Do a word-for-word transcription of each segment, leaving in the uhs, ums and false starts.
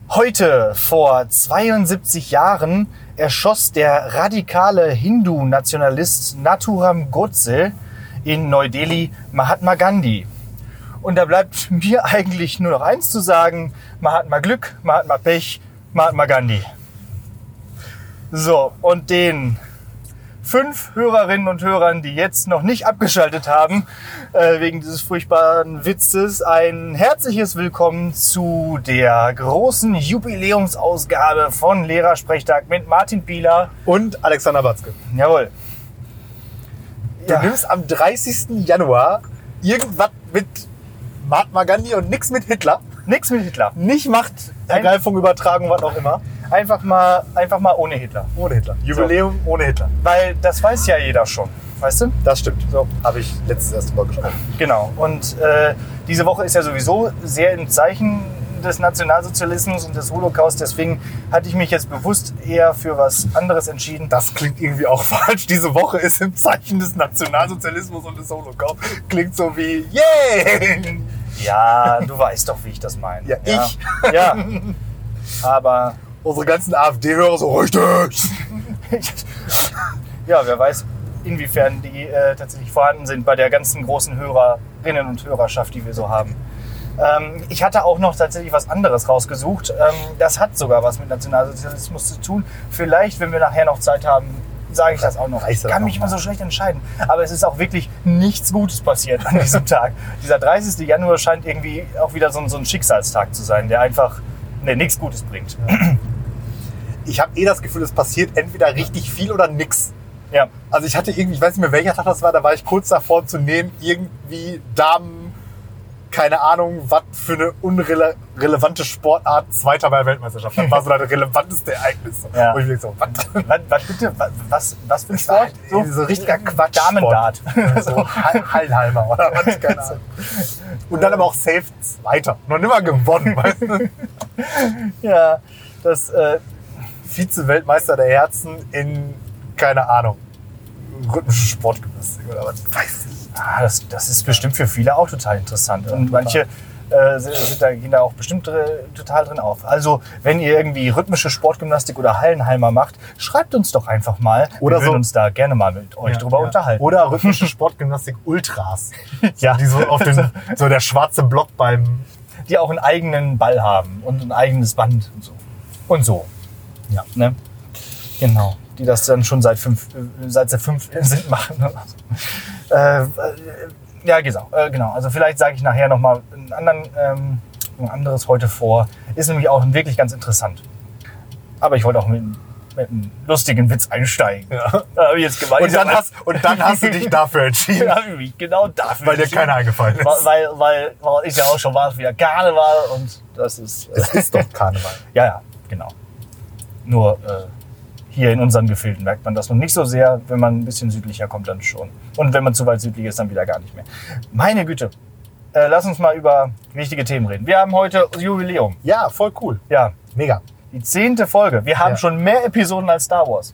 Heute, vor zweiundsiebzig Jahren, erschoss der radikale Hindu-Nationalist Nathuram Godse in Neu-Delhi Mahatma Gandhi. Und da bleibt mir eigentlich nur noch eins zu sagen: Mahatma Glück, Mahatma Pech, Mahatma Gandhi. So, und den fünf Hörerinnen und Hörern, die jetzt noch nicht abgeschaltet haben, äh, wegen dieses furchtbaren Witzes, ein herzliches Willkommen zu der großen Jubiläumsausgabe von Lehrersprechtag mit Martin Pieler und Alexander Batzke. Jawohl. Du ja. nimmst am dreißigsten Januar irgendwas mit Mahatma Gandhi und nichts mit Hitler. Nix mit Hitler. Nicht Machtergreifung, Übertragung, was auch immer. Einfach mal, einfach mal ohne Hitler. Ohne Hitler. Jubiläum so. Ohne Hitler. Weil das weiß ja jeder schon, weißt du? Das stimmt. So habe ich letztes erst drüber gesprochen. Genau. Und äh, diese Woche ist ja sowieso sehr im Zeichen des Nationalsozialismus und des Holocaust. Deswegen hatte ich mich jetzt bewusst eher für was anderes entschieden. Das klingt irgendwie auch falsch. Diese Woche ist im Zeichen des Nationalsozialismus und des Holocaust. Klingt so wie yeah! Ja, du weißt doch, wie ich das meine. Ja, ja. ich? Ja. Aber unsere ganzen AfD-Hörer so richtig. Ja, wer weiß, inwiefern die äh, tatsächlich vorhanden sind bei der ganzen großen Hörerinnen und Hörerschaft, die wir so haben. Ähm, ich hatte auch noch tatsächlich was anderes rausgesucht. Ähm, das hat sogar was mit Nationalsozialismus zu tun. Vielleicht, wenn wir nachher noch Zeit haben, sage ich das auch noch. Ich kann mich immer so schlecht entscheiden. Aber es ist auch wirklich nichts Gutes passiert an diesem Tag. Dieser dreißigste Januar scheint irgendwie auch wieder so ein, so ein Schicksalstag zu sein, der einfach ne, nichts Gutes bringt. Ja. Ich habe eh das Gefühl, es passiert entweder richtig viel oder nix. Ja. Also ich hatte irgendwie, ich weiß nicht mehr welcher Tag das war, da war ich kurz davor zu nehmen, irgendwie Damen, keine Ahnung, was für eine unrelevante Sportart, Zweiter bei der Weltmeisterschaft. Das war so das relevanteste Ereignis. Ja. Wo ich mir so, was? Was, was bitte? Was, was für ein Sport? So, so richtiger Quatsch. Damendart. So Hallenhalmer oder was, keine Ahnung. Und dann aber auch safe Zweiter. Noch nimmer gewonnen, weißt du? Ja, das äh, Vize-Weltmeister der Herzen in, keine Ahnung, rhythmische Sportgymnastik oder was, weiß ich. Ah, das, das ist bestimmt für viele auch total interessant. Und manche äh, sind, sind da, gehen da auch bestimmt drin, total drin auf. Also, wenn ihr irgendwie rhythmische Sportgymnastik oder Hallenhalmer macht, schreibt uns doch einfach mal. Oder wir würden so, uns da gerne mal mit euch ja, drüber ja. unterhalten. Oder rhythmische Sportgymnastik Ultras. Ja. Die so auf den, so der schwarze Block beim... Die auch einen eigenen Ball haben und ein eigenes Band und so. Und so. Ja. Ne? Genau. Die das dann schon seit fünf, seit sie fünf sind machen. äh, äh, ja, genau. Äh, genau. Also vielleicht sage ich nachher nochmal einen anderen, ähm, ein anderes heute vor. Ist nämlich auch wirklich ganz interessant. Aber ich wollte auch mit, mit einem lustigen Witz einsteigen. Ja. Äh, jetzt gemeint. Und, dann hast, und dann hast du dich dafür entschieden. Ja, genau dafür. Weil dir keiner eingefallen ist. Weil, weil, weil ist ja auch schon mal wieder Karneval und das ist... Es ist doch Karneval. Ja, ja, genau. Nur äh, hier in unseren Gefilden merkt man das noch nicht so sehr. Wenn man ein bisschen südlicher kommt, dann schon. Und wenn man zu weit südlich ist, dann wieder gar nicht mehr. Meine Güte. Äh, lass uns mal über wichtige Themen reden. Wir haben heute Jubiläum. Ja, voll cool. Ja. Mega. Die zehnte Folge. Wir haben ja. schon mehr Episoden als Star Wars.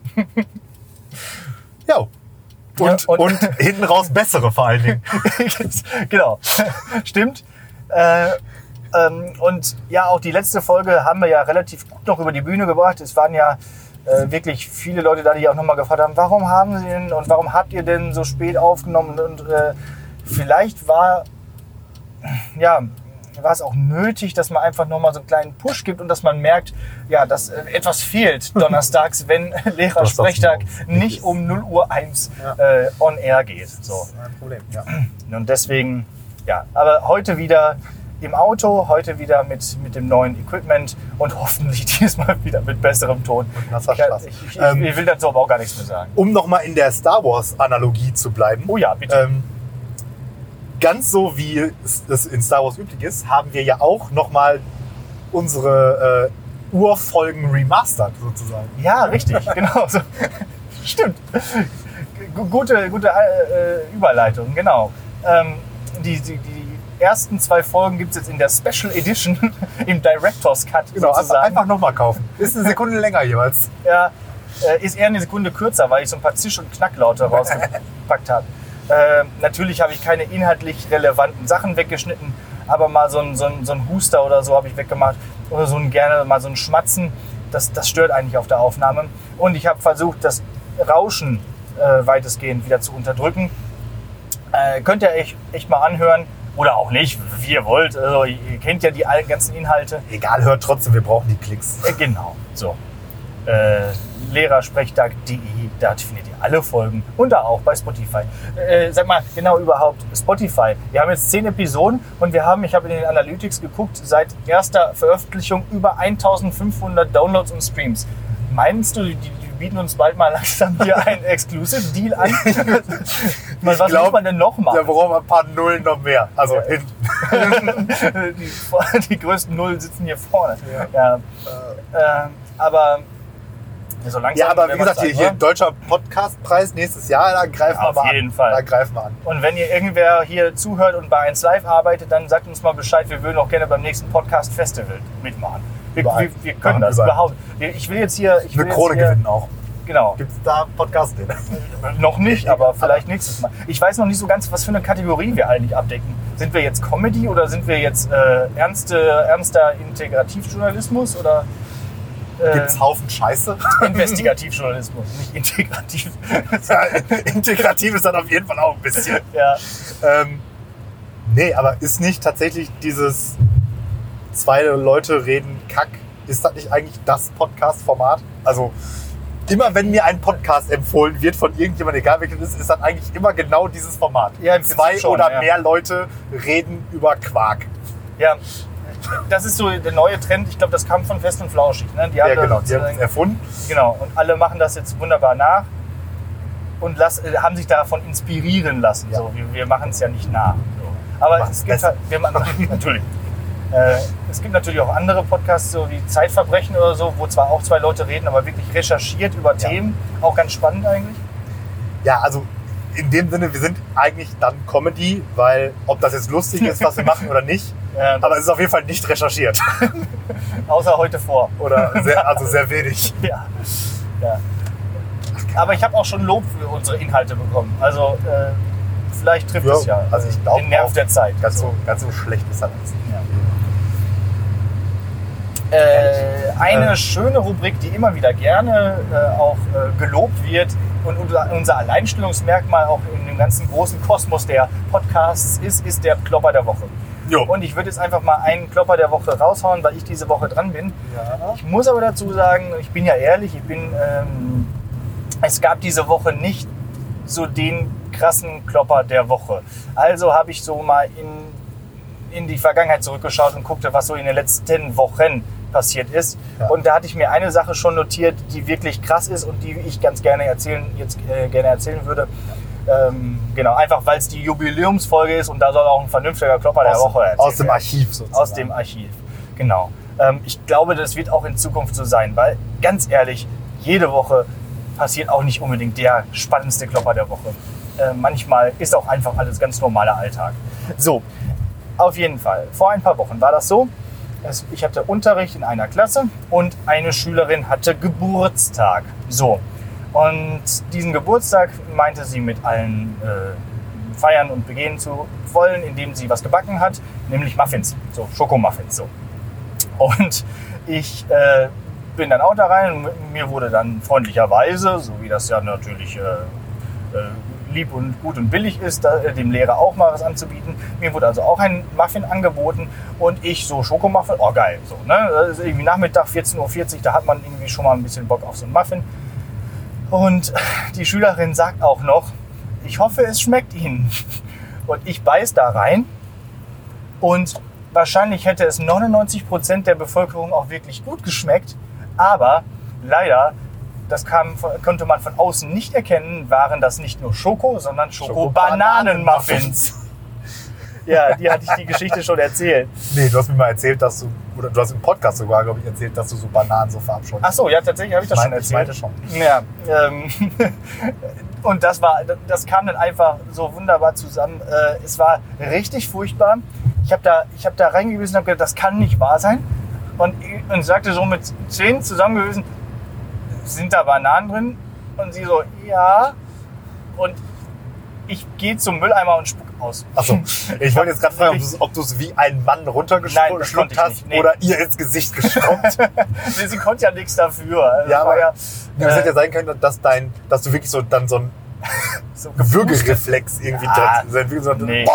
Ja. Und, ja, und, und hinten raus bessere vor allen Dingen. Genau. Stimmt. Äh, ähm, und ja, auch die letzte Folge haben wir ja relativ gut noch über die Bühne gebracht. Es waren ja äh, wirklich viele Leute da, die auch nochmal gefragt haben, warum haben Sie denn und warum habt ihr denn so spät aufgenommen? Und äh, vielleicht war, ja, war es auch nötig, dass man einfach nochmal so einen kleinen Push gibt und dass man merkt, ja, dass äh, etwas fehlt donnerstags, wenn Lehrersprechtag nicht um null Uhr eins ja. äh, on air geht. So. Das ist ein Problem, ja. Und deswegen, ja, aber heute wieder im Auto, heute wieder mit, mit dem neuen Equipment und hoffentlich diesmal wieder mit besserem Ton. Ich, ich, ich, ähm, ich will dazu aber auch gar nichts mehr sagen. Um nochmal in der Star Wars-Analogie zu bleiben. Oh ja, bitte. Ähm, ganz so wie es in Star Wars üblich ist, haben wir ja auch nochmal unsere äh, Urfolgen remastert sozusagen. Ja, richtig, genau. So. Stimmt. Gute, gute äh, Überleitung, genau. Ähm, die, die, die ersten zwei Folgen gibt es jetzt in der Special Edition im Director's Cut. Genau, sozusagen. einfach nochmal kaufen. Ist eine Sekunde länger jeweils. Ja, äh, ist eher eine Sekunde kürzer, weil ich so ein paar Zisch- und Knacklaute rausgepackt habe. Äh, natürlich habe ich keine inhaltlich relevanten Sachen weggeschnitten, aber mal so ein, so ein, so ein Huster oder so habe ich weggemacht. oder so ein gerne mal so ein Schmatzen, das, das stört eigentlich auf der Aufnahme. Und ich habe versucht, das Rauschen äh, weitestgehend wieder zu unterdrücken. Äh, könnt ihr echt, echt mal anhören. Oder auch nicht, wie ihr wollt. Also, ihr kennt ja die ganzen Inhalte. Egal, hört trotzdem, wir brauchen die Klicks. Äh, genau, so. Äh, Lehrersprechtag punkt de, da findet ihr alle Folgen. Und da auch bei Spotify. Äh, sag mal, genau überhaupt, Spotify. Wir haben jetzt zehn Episoden und wir haben, ich habe in den Analytics geguckt, seit erster Veröffentlichung über eintausendfünfhundert Downloads und Streams. Meinst du, die, die bieten uns bald mal langsam hier einen Exclusive Deal an? Was ich glaub, muss man denn noch machen? Da brauchen wir ein paar Nullen noch mehr. Also ja. hinten. die, die größten Nullen sitzen hier vorne. Ja. Ja. Äh, aber so langsam. Ja, aber wie gesagt, hier, hier deutscher Podcastpreis nächstes Jahr, da greifen ja, wir mal an. Auf jeden Fall. Da greifen wir an. Und wenn ihr irgendwer hier zuhört und bei eins Live arbeitet, dann sagt uns mal Bescheid. Wir würden auch gerne beim nächsten Podcast Festival mitmachen. Wir, wir, wir können das überhaupt. Ich will jetzt hier... Ich will eine Krone hier, gewinnen auch. Genau. Gibt es da Podcast? Noch nicht, aber vielleicht nächstes Mal. Ich weiß noch nicht so ganz, was für eine Kategorie wir eigentlich abdecken. Sind wir jetzt Comedy oder sind wir jetzt äh, ernste, ernster Integrativjournalismus oder... Äh, Gibt es Haufen Scheiße? Investigativjournalismus, nicht integrativ. Ja, integrativ ist dann auf jeden Fall auch ein bisschen. Ja. Ähm, nee, aber ist nicht tatsächlich dieses zwei Leute reden Kack, ist das nicht eigentlich das Podcast-Format? Also immer wenn mir ein Podcast empfohlen wird von irgendjemandem, egal welches ist, ist das eigentlich immer genau dieses Format. Ja, zwei schon, oder ja. mehr Leute reden über Quark. Ja. Das ist so der neue Trend. Ich glaube, das kam von Fest und Flauschig. Ne? Die haben ja, genau. das, Die haben es erfunden. Genau. Und alle machen das jetzt wunderbar nach und las, haben sich davon inspirieren lassen. Ja. So, wir, wir machen es ja nicht nach. So. Aber es gibt halt, wir machen, natürlich. Äh, es gibt natürlich auch andere Podcasts, so wie Zeitverbrechen oder so, wo zwar auch zwei Leute reden, aber wirklich recherchiert über ja. Themen. Auch ganz spannend eigentlich. Ja, also in dem Sinne, wir sind eigentlich dann Comedy, weil ob das jetzt lustig ist, was wir machen oder nicht, ja, aber es ist auf jeden Fall nicht recherchiert. Außer heute vor. Oder sehr, also sehr wenig. Ja. Ja. Aber ich habe auch schon Lob für unsere Inhalte bekommen. Also äh, vielleicht trifft ja, es ja also ich den Nerv der Zeit. Ganz so, ganz so schlecht ist das nicht. Ja. Äh, eine äh. schöne Rubrik, die immer wieder gerne äh, auch äh, gelobt wird und unser Alleinstellungsmerkmal auch in dem ganzen großen Kosmos der Podcasts ist, ist der Klopper der Woche. Jo. Und ich würde jetzt einfach mal einen Klopper der Woche raushauen, weil ich diese Woche dran bin. Ja. Ich muss aber dazu sagen, ich bin ja ehrlich, ich bin, ähm, es gab diese Woche nicht so den krassen Klopper der Woche. Also habe ich so mal in, in die Vergangenheit zurückgeschaut und guckte, was so in den letzten Wochen passiert ist. Ja. Und da hatte ich mir eine Sache schon notiert, die wirklich krass ist und die ich ganz gerne erzählen, jetzt äh, gerne erzählen würde. Ähm, genau, einfach weil es die Jubiläumsfolge ist und da soll auch ein vernünftiger Klopper aus, der Woche erzählen. Aus dem Archiv sozusagen. Aus dem Archiv, genau. Ähm, ich glaube, das wird auch in Zukunft so sein, weil ganz ehrlich, jede Woche passiert auch nicht unbedingt der spannendste Klopper der Woche. Äh, manchmal ist auch einfach alles ganz normaler Alltag. So, auf jeden Fall. Vor ein paar Wochen war das so. Ich hatte Unterricht in einer Klasse und eine Schülerin hatte Geburtstag. So. Und diesen Geburtstag meinte sie mit allen äh, feiern und begehen zu wollen, indem sie was gebacken hat, nämlich Muffins, so Schokomuffins. So. Und ich äh, bin dann auch da rein und mir wurde dann freundlicherweise, so wie das ja natürlich äh, äh, lieb und gut und billig ist, da, dem Lehrer auch mal was anzubieten. Mir wurde also auch ein Muffin angeboten und ich so Schokomuffin, oh geil, so, ne? Das ist irgendwie Nachmittag, vierzehn Uhr vierzig, da hat man irgendwie schon mal ein bisschen Bock auf so einen Muffin. Und die Schülerin sagt auch noch, ich hoffe, es schmeckt Ihnen. Und ich beiß da rein und wahrscheinlich hätte es neunundneunzig Prozent der Bevölkerung auch wirklich gut geschmeckt, aber leider, das kam, konnte man von außen nicht erkennen, waren das nicht nur Schoko, sondern Schoko-Bananen-Muffins. Ja, die hatte ich die Geschichte schon erzählt. Nee, du hast mir mal erzählt, dass du, oder du hast im Podcast sogar, glaube ich, erzählt, dass du so Bananen so verabscheust. Ach so, ja, tatsächlich habe ich das ich schon mein, erzählt. Ich meinte schon. Ja, ähm, und das war, das kam dann einfach so wunderbar zusammen. Äh, es war richtig furchtbar. Ich habe da, ich habe da reingewiesen und habe gedacht, das kann nicht wahr sein. Und, und sagte so mit Zähnen zusammengewiesen, sind da Bananen drin? Und sie so, ja. Und ich gehe zum Mülleimer und spuck aus. Achso, ich wollte jetzt gerade fragen, ob du es wie ein Mann runtergeschluckt hast nee. oder ihr ins Gesicht gespuckt. nee, sie konnte ja nichts dafür. Also ja, aber ja, es äh, hätte ja sein können, dass, dein, dass du wirklich so dann so ein so Würgereflex irgendwie ja, drin so nee.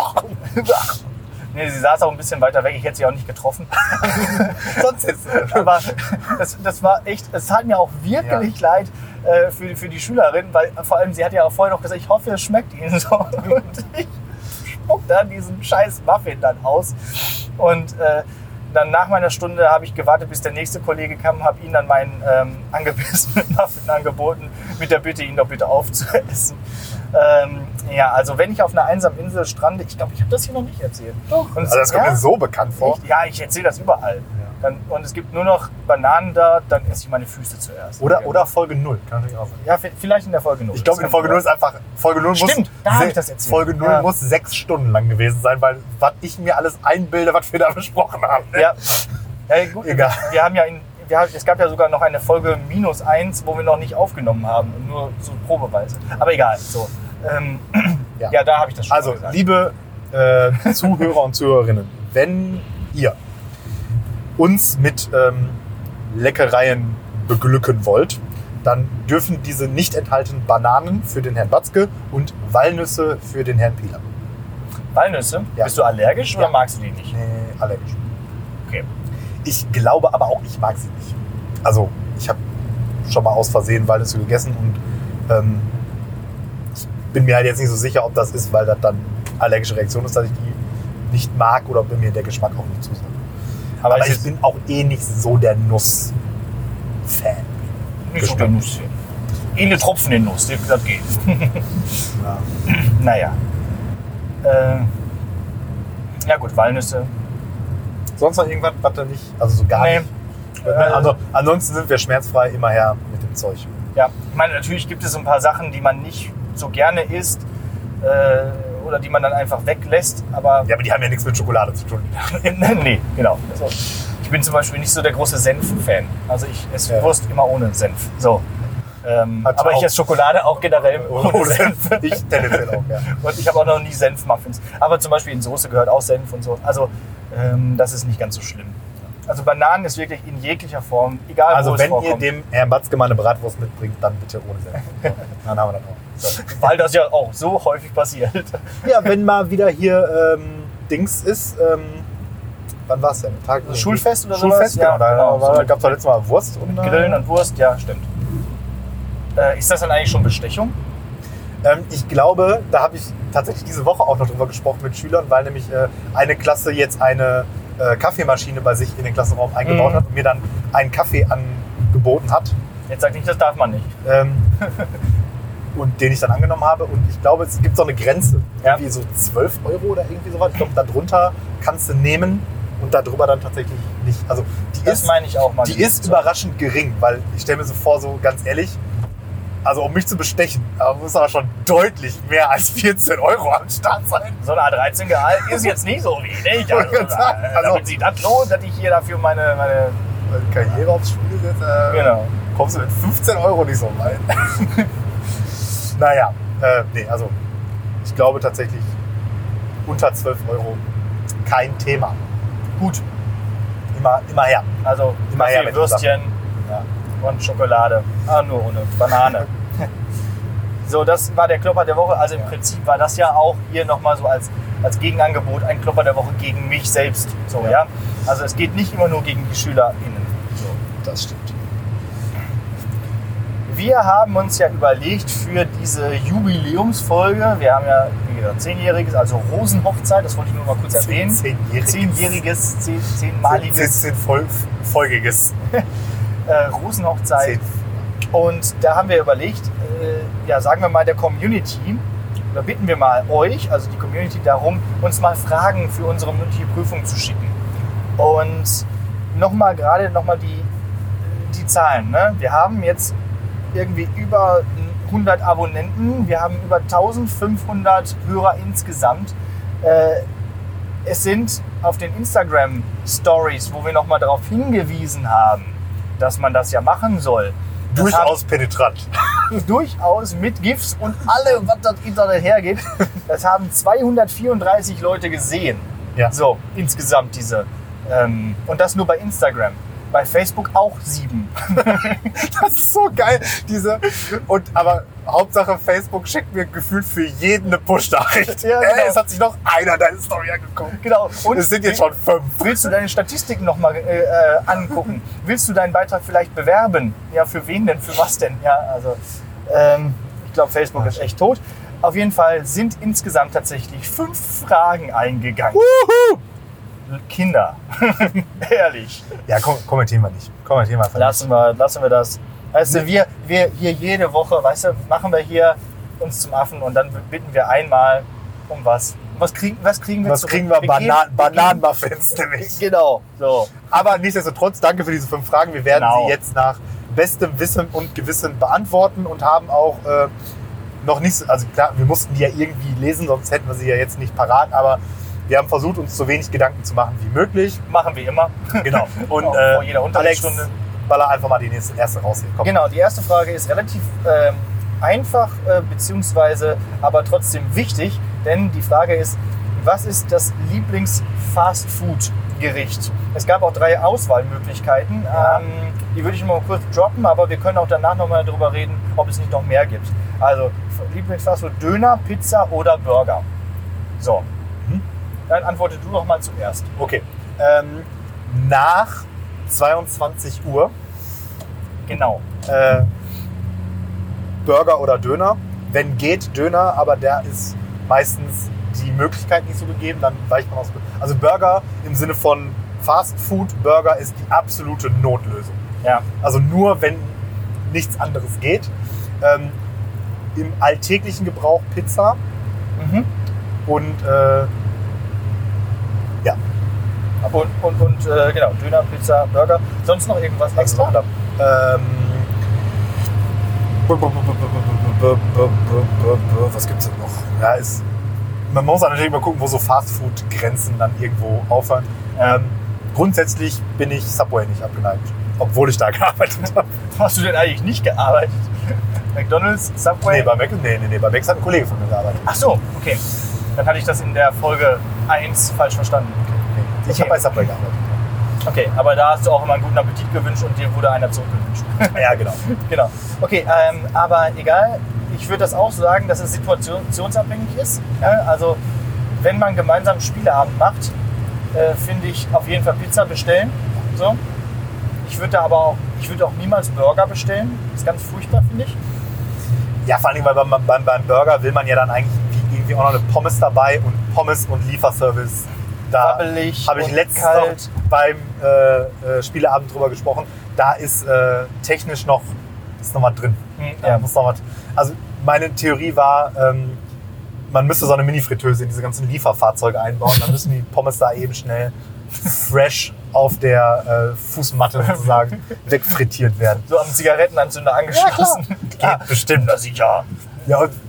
Nee, sie saß auch ein bisschen weiter weg, ich hätte sie auch nicht getroffen. Sonst jetzt. Aber das, das war echt, es tat mir auch wirklich ja. leid äh, für, für die Schülerin, weil vor allem sie hat ja auch vorher noch gesagt, ich hoffe, es schmeckt Ihnen so. Und ich spuck dann diesen scheiß Muffin dann aus. Und äh, dann nach meiner Stunde habe ich gewartet, bis der nächste Kollege kam, habe ihm dann meinen ähm, angebissenen Muffin angeboten, mit der Bitte, ihn doch bitte aufzuessen. Ähm, ja, also wenn ich auf einer einsamen Insel strande, ich glaube, ich habe das hier noch nicht erzählt. Doch. Und also das kommt ja, mir so bekannt vor. Ich, ja, ich erzähle das überall. Ja. Dann, und es gibt nur noch Bananen da, dann esse ich meine Füße zuerst. Oder, oder Folge null, kann natürlich auch sein. Ja, vielleicht in der Folge null. Ich glaube, in Folge null ist einfach, Folge null Stimmt, muss, da habe ich das erzählt. Folge null ja. muss sechs Stunden lang gewesen sein, weil was ich mir alles einbilde, was wir da besprochen haben. Ne? Ja. Ja, gut, Egal. Wir, wir haben ja in, wir haben, es gab ja sogar noch eine Folge minus eins, wo wir noch nicht aufgenommen haben, nur so probeweise. Aber egal, so. Ähm, ja. ja, da habe ich das schon Also, gesagt. liebe äh, Zuhörer und Zuhörerinnen, wenn ihr uns mit ähm, Leckereien beglücken wollt, dann dürfen diese nicht enthalten Bananen für den Herrn Batzke und Walnüsse für den Herrn Pieler. Walnüsse? Ja. Bist du allergisch ja. oder magst du die nicht? Nee, allergisch. Okay. Ich glaube aber auch, ich mag sie nicht. Also, ich habe schon mal aus Versehen Walnüsse gegessen und ähm, ich bin mir halt jetzt nicht so sicher, ob das ist, weil das dann allergische Reaktion ist, dass ich die nicht mag oder ob mir der Geschmack auch nicht zusagt. Aber, aber ich bin auch eh nicht so der Nuss-Fan. Nicht so der Nuss. Eh eine Tropfen in Nuss, das geht. Ja. Naja. Äh, ja gut, Walnüsse. Sonst noch irgendwas, was da nicht, also so gar nee. nicht. Also ansonsten sind wir schmerzfrei immer her mit dem Zeug. Ja, ich meine, natürlich gibt es so ein paar Sachen, die man nicht so gerne isst äh, oder die man dann einfach weglässt. Aber ja, aber die haben ja nichts mit Schokolade zu tun. Nee, genau. Also, ich bin zum Beispiel nicht so der große Senf-Fan. Also ich esse ja. Wurst immer ohne Senf. So. Ähm, aber ich esse Schokolade auch generell ohne, ohne Senf. Senf. Ich tendenziell auch, ja. Und ich habe auch noch nie Senf-Muffins. Aber zum Beispiel in Soße gehört auch Senf und so. Also ähm, das ist nicht ganz so schlimm. Also Bananen ist wirklich in jeglicher Form, egal also wo es wenn vorkommt. ihr dem Herrn Batzke mal eine Bratwurst mitbringt, dann bitte ohne Senf. Dann haben wir das auch. So, weil das ja auch so häufig passiert. Ja, wenn mal wieder hier ähm, Dings ist, ähm, wann war es denn? Tag, also Schulfest oder Schulfest, sowas? genau. Ja, da genau. so gab es doch letztes Mal Wurst. Und, mit Grillen und Wurst, ja, stimmt. Äh, ist das dann eigentlich schon Bestechung? Ähm, ich glaube, da habe ich tatsächlich diese Woche auch noch drüber gesprochen mit Schülern, weil nämlich äh, eine Klasse jetzt eine äh, Kaffeemaschine bei sich in den Klassenraum eingebaut mhm. hat und mir dann einen Kaffee angeboten hat. Jetzt sag nicht, das darf man nicht. Ähm, und den ich dann angenommen habe. Und ich glaube, es gibt so eine Grenze. Ja. Irgendwie so zwölf Euro oder irgendwie sowas. Ich glaube, darunter kannst du nehmen und darüber dann tatsächlich nicht. Also die das ist, meine ich auch mal. Die ist überraschend gering, weil ich stelle mir so vor, so ganz ehrlich, also um mich zu bestechen, muss aber schon deutlich mehr als vierzehn Euro am Start sein. So ein A dreizehn Gehalt ist jetzt nicht so wenig. Also, also, also, damit sich das lohnt, dass ich hier dafür meine, meine Karriere aufs Spiel setze, äh, genau. kommst du mit fünfzehn Euro nicht so weit. Naja, äh, nee, also ich glaube tatsächlich unter zwölf Euro kein Thema. Gut. Immer, immer her. Also immer her mit Würstchen ja. und Schokolade. Ah, nur ohne Banane. So, das war der Klopper der Woche. Also im ja. Prinzip war das ja auch hier nochmal so als, als Gegenangebot ein Klopper der Woche gegen mich selbst. So, ja. ja? Also es geht nicht immer nur gegen die SchülerInnen. So, das stimmt. Wir haben uns ja überlegt für diese Jubiläumsfolge, wir haben ja, wie gesagt, zehnjähriges, also Rosenhochzeit, das wollte ich nur mal kurz erwähnen. Zehnjähriges. Zehnjähriges, zehn, zehnmaliges. Zehnfolgiges. äh, Rosenhochzeit. Zehn. Und da haben wir überlegt, äh, ja, sagen wir mal der Community, oder bitten wir mal euch, also die Community darum, uns mal Fragen für unsere mündliche Prüfung zu schicken. Und nochmal gerade nochmal die, die Zahlen. Ne? Wir haben jetzt irgendwie über hundert Abonnenten, wir haben über eintausendfünfhundert Hörer insgesamt. Äh, es sind auf den Instagram Stories, wo wir nochmal darauf hingewiesen haben, dass man das ja machen soll, Das Durchaus penetrant. haben, durchaus mit GIFs und alle, was das Internet hergibt. Das haben zweihundertvierunddreißig Leute gesehen. Ja. So, insgesamt diese. Ähm, und das nur bei Instagram. Bei Facebook auch sieben. Das ist so geil. Diese, und, aber Hauptsache Facebook schickt mir gefühlt für jeden eine Push-Nachricht. Ja, genau. Ey, es hat sich noch einer deine Story angeguckt. Genau. Und es sind jetzt schon fünf. Willst du deine Statistiken nochmal äh, äh, angucken? Willst du deinen Beitrag vielleicht bewerben? Ja, für wen denn? Für was denn? Ja, also ähm, ich glaube, Facebook ist echt tot. Auf jeden Fall sind insgesamt tatsächlich fünf Fragen eingegangen. Wuhu! Kinder. Ehrlich. Ja, kom kommentieren wir nicht. Kommentieren wir einfach Lassen wir, lassen wir das. Weißt du, wir, wir hier jede Woche, weißt du, machen wir hier uns zum Affen und dann bitten wir einmal um was. Was kriegen, was kriegen wir Was zurück? kriegen wir? geben- Banan wir Bananenmuffins nämlich. geben- Genau. So. Aber nichtsdestotrotz, danke für diese fünf Fragen. Wir werden Genau. sie jetzt nach bestem Wissen und Gewissen beantworten und haben auch äh, noch nicht, so- also klar, wir mussten die ja irgendwie lesen, sonst hätten wir sie ja jetzt nicht parat, aber wir haben versucht, uns so wenig Gedanken zu machen wie möglich. Machen wir immer. Genau. Und Auch äh, vor jeder Alex, Unterrichtsstunde. baller einfach mal die nächste erste raus hier. Komm. Genau, die erste Frage ist relativ ähm, einfach, äh, beziehungsweise aber trotzdem wichtig, denn die Frage ist, was ist das Lieblings-Fast-Food-Gericht? Es gab auch drei Auswahlmöglichkeiten, Ja. ähm, die würde ich mal kurz droppen, aber wir können auch danach nochmal darüber reden, ob es nicht noch mehr gibt. Also Lieblings-Fast-Food, Döner, Pizza oder Burger. So, Mhm. dann antworte du doch mal zuerst. Okay. Ähm, nach zweiundzwanzig Uhr Genau. äh, Burger oder Döner. Wenn geht Döner, aber der ist meistens die Möglichkeit nicht so gegeben, dann weicht man aus. Also Burger im Sinne von Fast Food Burger ist die absolute Notlösung. Ja. Also nur wenn nichts anderes geht. Ähm, Im alltäglichen Gebrauch Pizza Mhm. und äh, ja. Und, und, und äh, genau, Döner, Pizza, Burger. Sonst noch irgendwas extra? Also, ähm, was gibt's denn noch? Ja, ist, man muss natürlich mal gucken, wo so Fastfood-Grenzen dann irgendwo aufhören. Ähm, grundsätzlich bin ich Subway nicht abgeneigt, obwohl ich da gearbeitet habe. Wo hast du denn eigentlich nicht gearbeitet? McDonald's, Subway? Nee, bei Mac, nee, nee, nee, bei Macs hat ein Kollege von mir gearbeitet. Ach so, okay. Dann hatte ich das in der Folge eins falsch verstanden. Ich Okay. habe bei Subway gearbeitet. Okay, aber da hast du auch immer einen guten Appetit gewünscht und dir wurde einer zurückgewünscht. Ja, genau. Genau. Okay, ähm, aber egal. Ich würde das auch sagen, dass es situationsabhängig ist. Ja, also, wenn man gemeinsam einen Spieleabend macht, äh, finde ich auf jeden Fall Pizza bestellen. So. Ich würde da aber auch, ich würde auch niemals Burger bestellen. Das ist ganz furchtbar, finde ich. Ja, vor allem, weil beim, beim, beim Burger will man ja dann eigentlich irgendwie auch noch eine Pommes dabei und Pommes und Lieferservice. Da Wabbelig habe ich und letztens kalt. noch beim äh, äh, Spieleabend drüber gesprochen. Da ist äh, technisch noch, ist noch was drin. Hm, Da ja. muss noch was. Also meine Theorie war, ähm, man müsste so eine Mini-Fritteuse in diese ganzen Lieferfahrzeuge einbauen. Dann müssen die Pommes da eben schnell fresh auf der äh, Fußmatte sozusagen wegfrittiert werden. So am Zigarettenanzünder angeschlossen. Geht bestimmt. Na sicher. Ja, und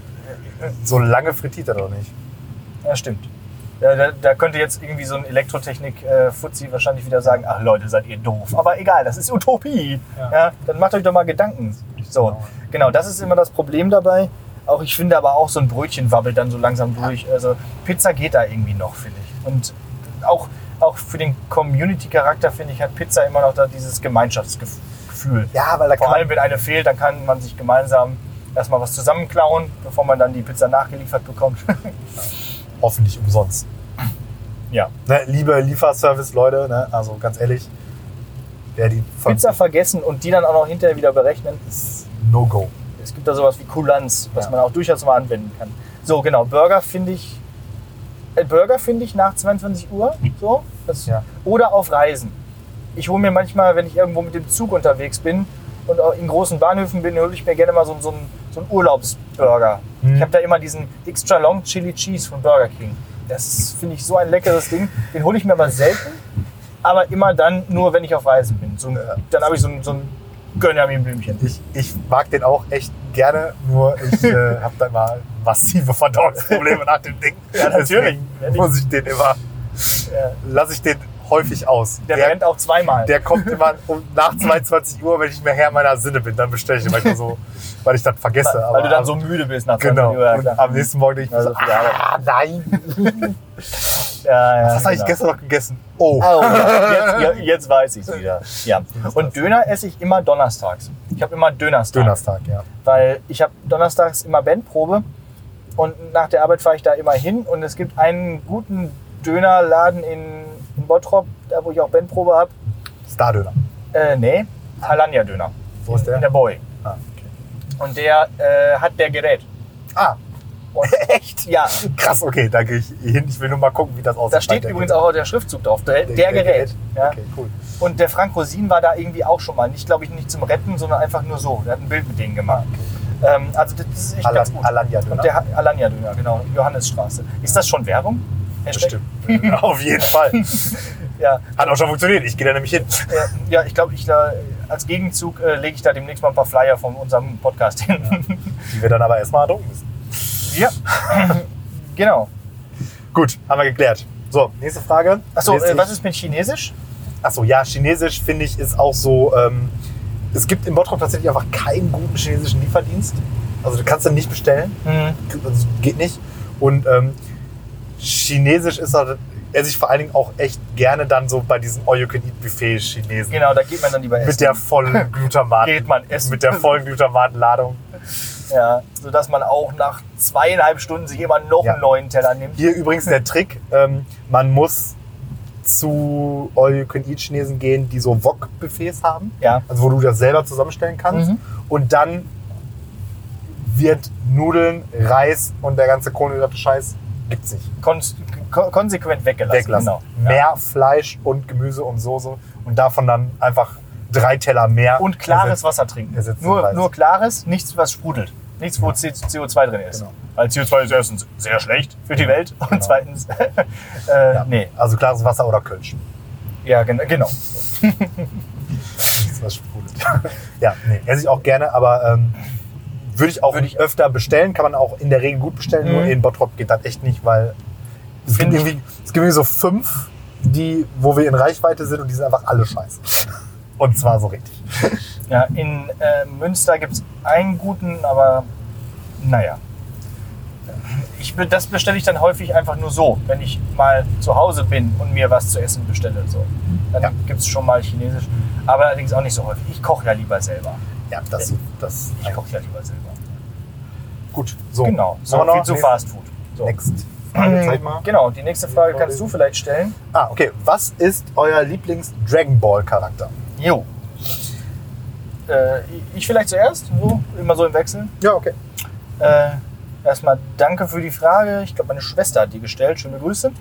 so lange frittiert er doch nicht. Ja, stimmt. Ja, da, da könnte jetzt irgendwie so ein Elektrotechnik-Fuzzi wahrscheinlich wieder sagen, ach Leute, seid ihr doof. Aber egal, das ist Utopie. Ja. Ja, dann macht euch doch mal Gedanken. So, genau, das ist immer das Problem dabei. Auch ich finde aber auch so ein Brötchen wabbelt dann so langsam durch. Also Pizza geht da irgendwie noch, finde ich. Und auch, auch für den Community-Charakter, finde ich, hat Pizza immer noch da dieses Gemeinschaftsgefühl. Ja, weil da Vor kann allem, wenn eine fehlt, dann kann man sich gemeinsam erstmal was zusammenklauen, bevor man dann die Pizza nachgeliefert bekommt. hoffentlich umsonst. Ja. Ne, liebe Lieferservice-Leute, ne, also ganz ehrlich, wer die von Pizza vergessen und die dann auch noch hinterher wieder berechnen. ist No-Go. Es gibt da sowas wie Kulanz, was Ja. man auch durchaus mal anwenden kann. So, genau, Burger finde ich, äh, Burger finde ich nach zweiundzwanzig Uhr, so, das, Ja. oder auf Reisen. Ich hole mir manchmal, wenn ich irgendwo mit dem Zug unterwegs bin und auch in großen Bahnhöfen bin, hole ich mir gerne mal so, so, einen, so einen Urlaubsburger. Mhm. Ich habe da immer diesen Extra Long Chili Cheese von Burger King. Das ist, finde ich, so ein leckeres Ding. Den hole ich mir aber selten, aber immer dann nur, wenn ich auf Reisen bin. So, ein- dann habe ich so ein, so ein Gönjamin-Blümchen. Ich, ich mag den auch echt gerne, nur ich äh, habe da mal massive Verdauungsprobleme nach dem Ding. Ja, natürlich. Deswegen muss ich den immer, Ja. lasse ich den häufig aus. Der, der brennt auch zweimal. Der kommt immer um, nach zweiundzwanzig Uhr, wenn ich mehr Herr meiner Sinne bin, dann bestelle ich den manchmal so, weil ich das vergesse. Weil, aber, weil du dann so müde bist nach genau. Uhr. Ja, und am nächsten Morgen denke ich mir so, ah, nein. Ja, ja, Was habe genau. ich gestern noch gegessen? Oh. Oh ja. jetzt, jetzt weiß ich es wieder. Ja. Und Döner esse ich immer donnerstags. Ich habe immer Dönerstag. Dönerstag, ja. Weil ich habe donnerstags immer Bandprobe und nach der Arbeit fahre ich da immer hin und es gibt einen guten Dönerladen in, in Bottrop, da wo ich auch Bandprobe habe. Star-Döner. Äh, nee, Alanya-Döner. Wo ist der? In der Boy. Ah, okay. Und der äh, hat der Gerät. Ah, Und echt? Ja. krass, okay, da gehe ich hin. Ich will nur mal gucken, wie das aussieht. Da steht übrigens auch der Schriftzug drauf, der, der, der Gerät. Gerät. Ja. Okay, cool. Und der Frank Rosin war da irgendwie auch schon mal. Nicht, glaube ich, nicht zum Retten, sondern einfach nur so. Der hat ein Bild mit denen gemacht. Okay. Ähm, also das ist echt Alan, ganz gut. Alanya-Döner. Und der hat Alanya-Döner, genau. Johannesstraße. Ist das schon Werbung? Bestimmt. Auf jeden Fall. Ja. Hat auch schon funktioniert. Ich gehe da nämlich hin. Ja, ja ich glaube, ich da, als Gegenzug äh, lege ich da demnächst mal ein paar Flyer von unserem Podcast hin. Ja. Die wir dann aber erstmal drucken müssen. Ja, genau. Gut, haben wir geklärt. So, nächste Frage. Achso, äh, Nächste- was ist mit Chinesisch? Achso, ja, Chinesisch finde ich ist auch so. Ähm, es gibt in Bottrop tatsächlich einfach keinen guten chinesischen Lieferdienst. Also du kannst den nicht bestellen. Mhm. Also, geht nicht. Und ähm, Chinesisch ist halt, esse ich vor allen Dingen auch echt gerne dann so bei diesen All-You-Can-Eat-Buffet Chinesen. Genau, da geht man dann lieber essen. Mit der vollen Glutamat. Geht man essen. Mit der vollen Glutamatladung. Ja, sodass man auch nach zweieinhalb Stunden sich immer noch Ja. einen neuen Teller nimmt. Hier übrigens der Trick, ähm, man muss zu All-You-Can-Eat-Chinesen gehen, die so Wok-Buffets haben. Ja. Also wo du das selber zusammenstellen kannst. Mhm. Und dann wird Nudeln, Reis und der ganze Kohlenhydrate-Scheiß gibt's nicht. Kon kon konsequent weggelassen. Weglassen. Genau. Mehr Fleisch und Gemüse und Soße und davon dann einfach drei Teller mehr. Und klares ersetzt. Wasser trinken. ersetzt Nur, Reis. nur klares, nichts, was sprudelt. Nichts, wo C O zwei drin ist. Genau. Weil C O zwei ist erstens sehr schlecht für die Welt und Genau. zweitens, äh, Ja. nee. Also klares Wasser oder Kölsch. Ja, gen genau. Nichts, was sprudelt. Ja, nee, esse ich auch gerne, aber ähm, würde ich auch Würde ich- öfter bestellen. Kann man auch in der Regel gut bestellen. Mhm. Nur in Bottrop geht das echt nicht, weil es gibt, Find ich- irgendwie, es gibt irgendwie so fünf, die, wo wir in Reichweite sind und die sind einfach alle scheiße. Und zwar so richtig. Ja, in äh, Münster gibt es einen guten, aber naja. Ich, be- das bestelle ich dann häufig einfach nur so, wenn ich mal zu Hause bin und mir was zu essen bestelle. So. Dann Ja. gibt es schon mal Chinesisch, aber allerdings auch nicht so häufig. Ich koche ja lieber selber. Ja, das, das Ich koche ja lieber selber. gut. So, Genau, so Haben wir viel noch? zu Next- Fast Food. So. Next. Frage, zeig mal. Genau, die nächste Frage kannst du vielleicht stellen. Ah, okay. Was ist euer Lieblings-Dragon Ball-Charakter? Jo. Äh, ich vielleicht zuerst, so, immer so im Wechsel. Ja, okay. Äh, erstmal danke für die Frage. Ich glaube, meine Schwester hat die gestellt. Schöne Grüße.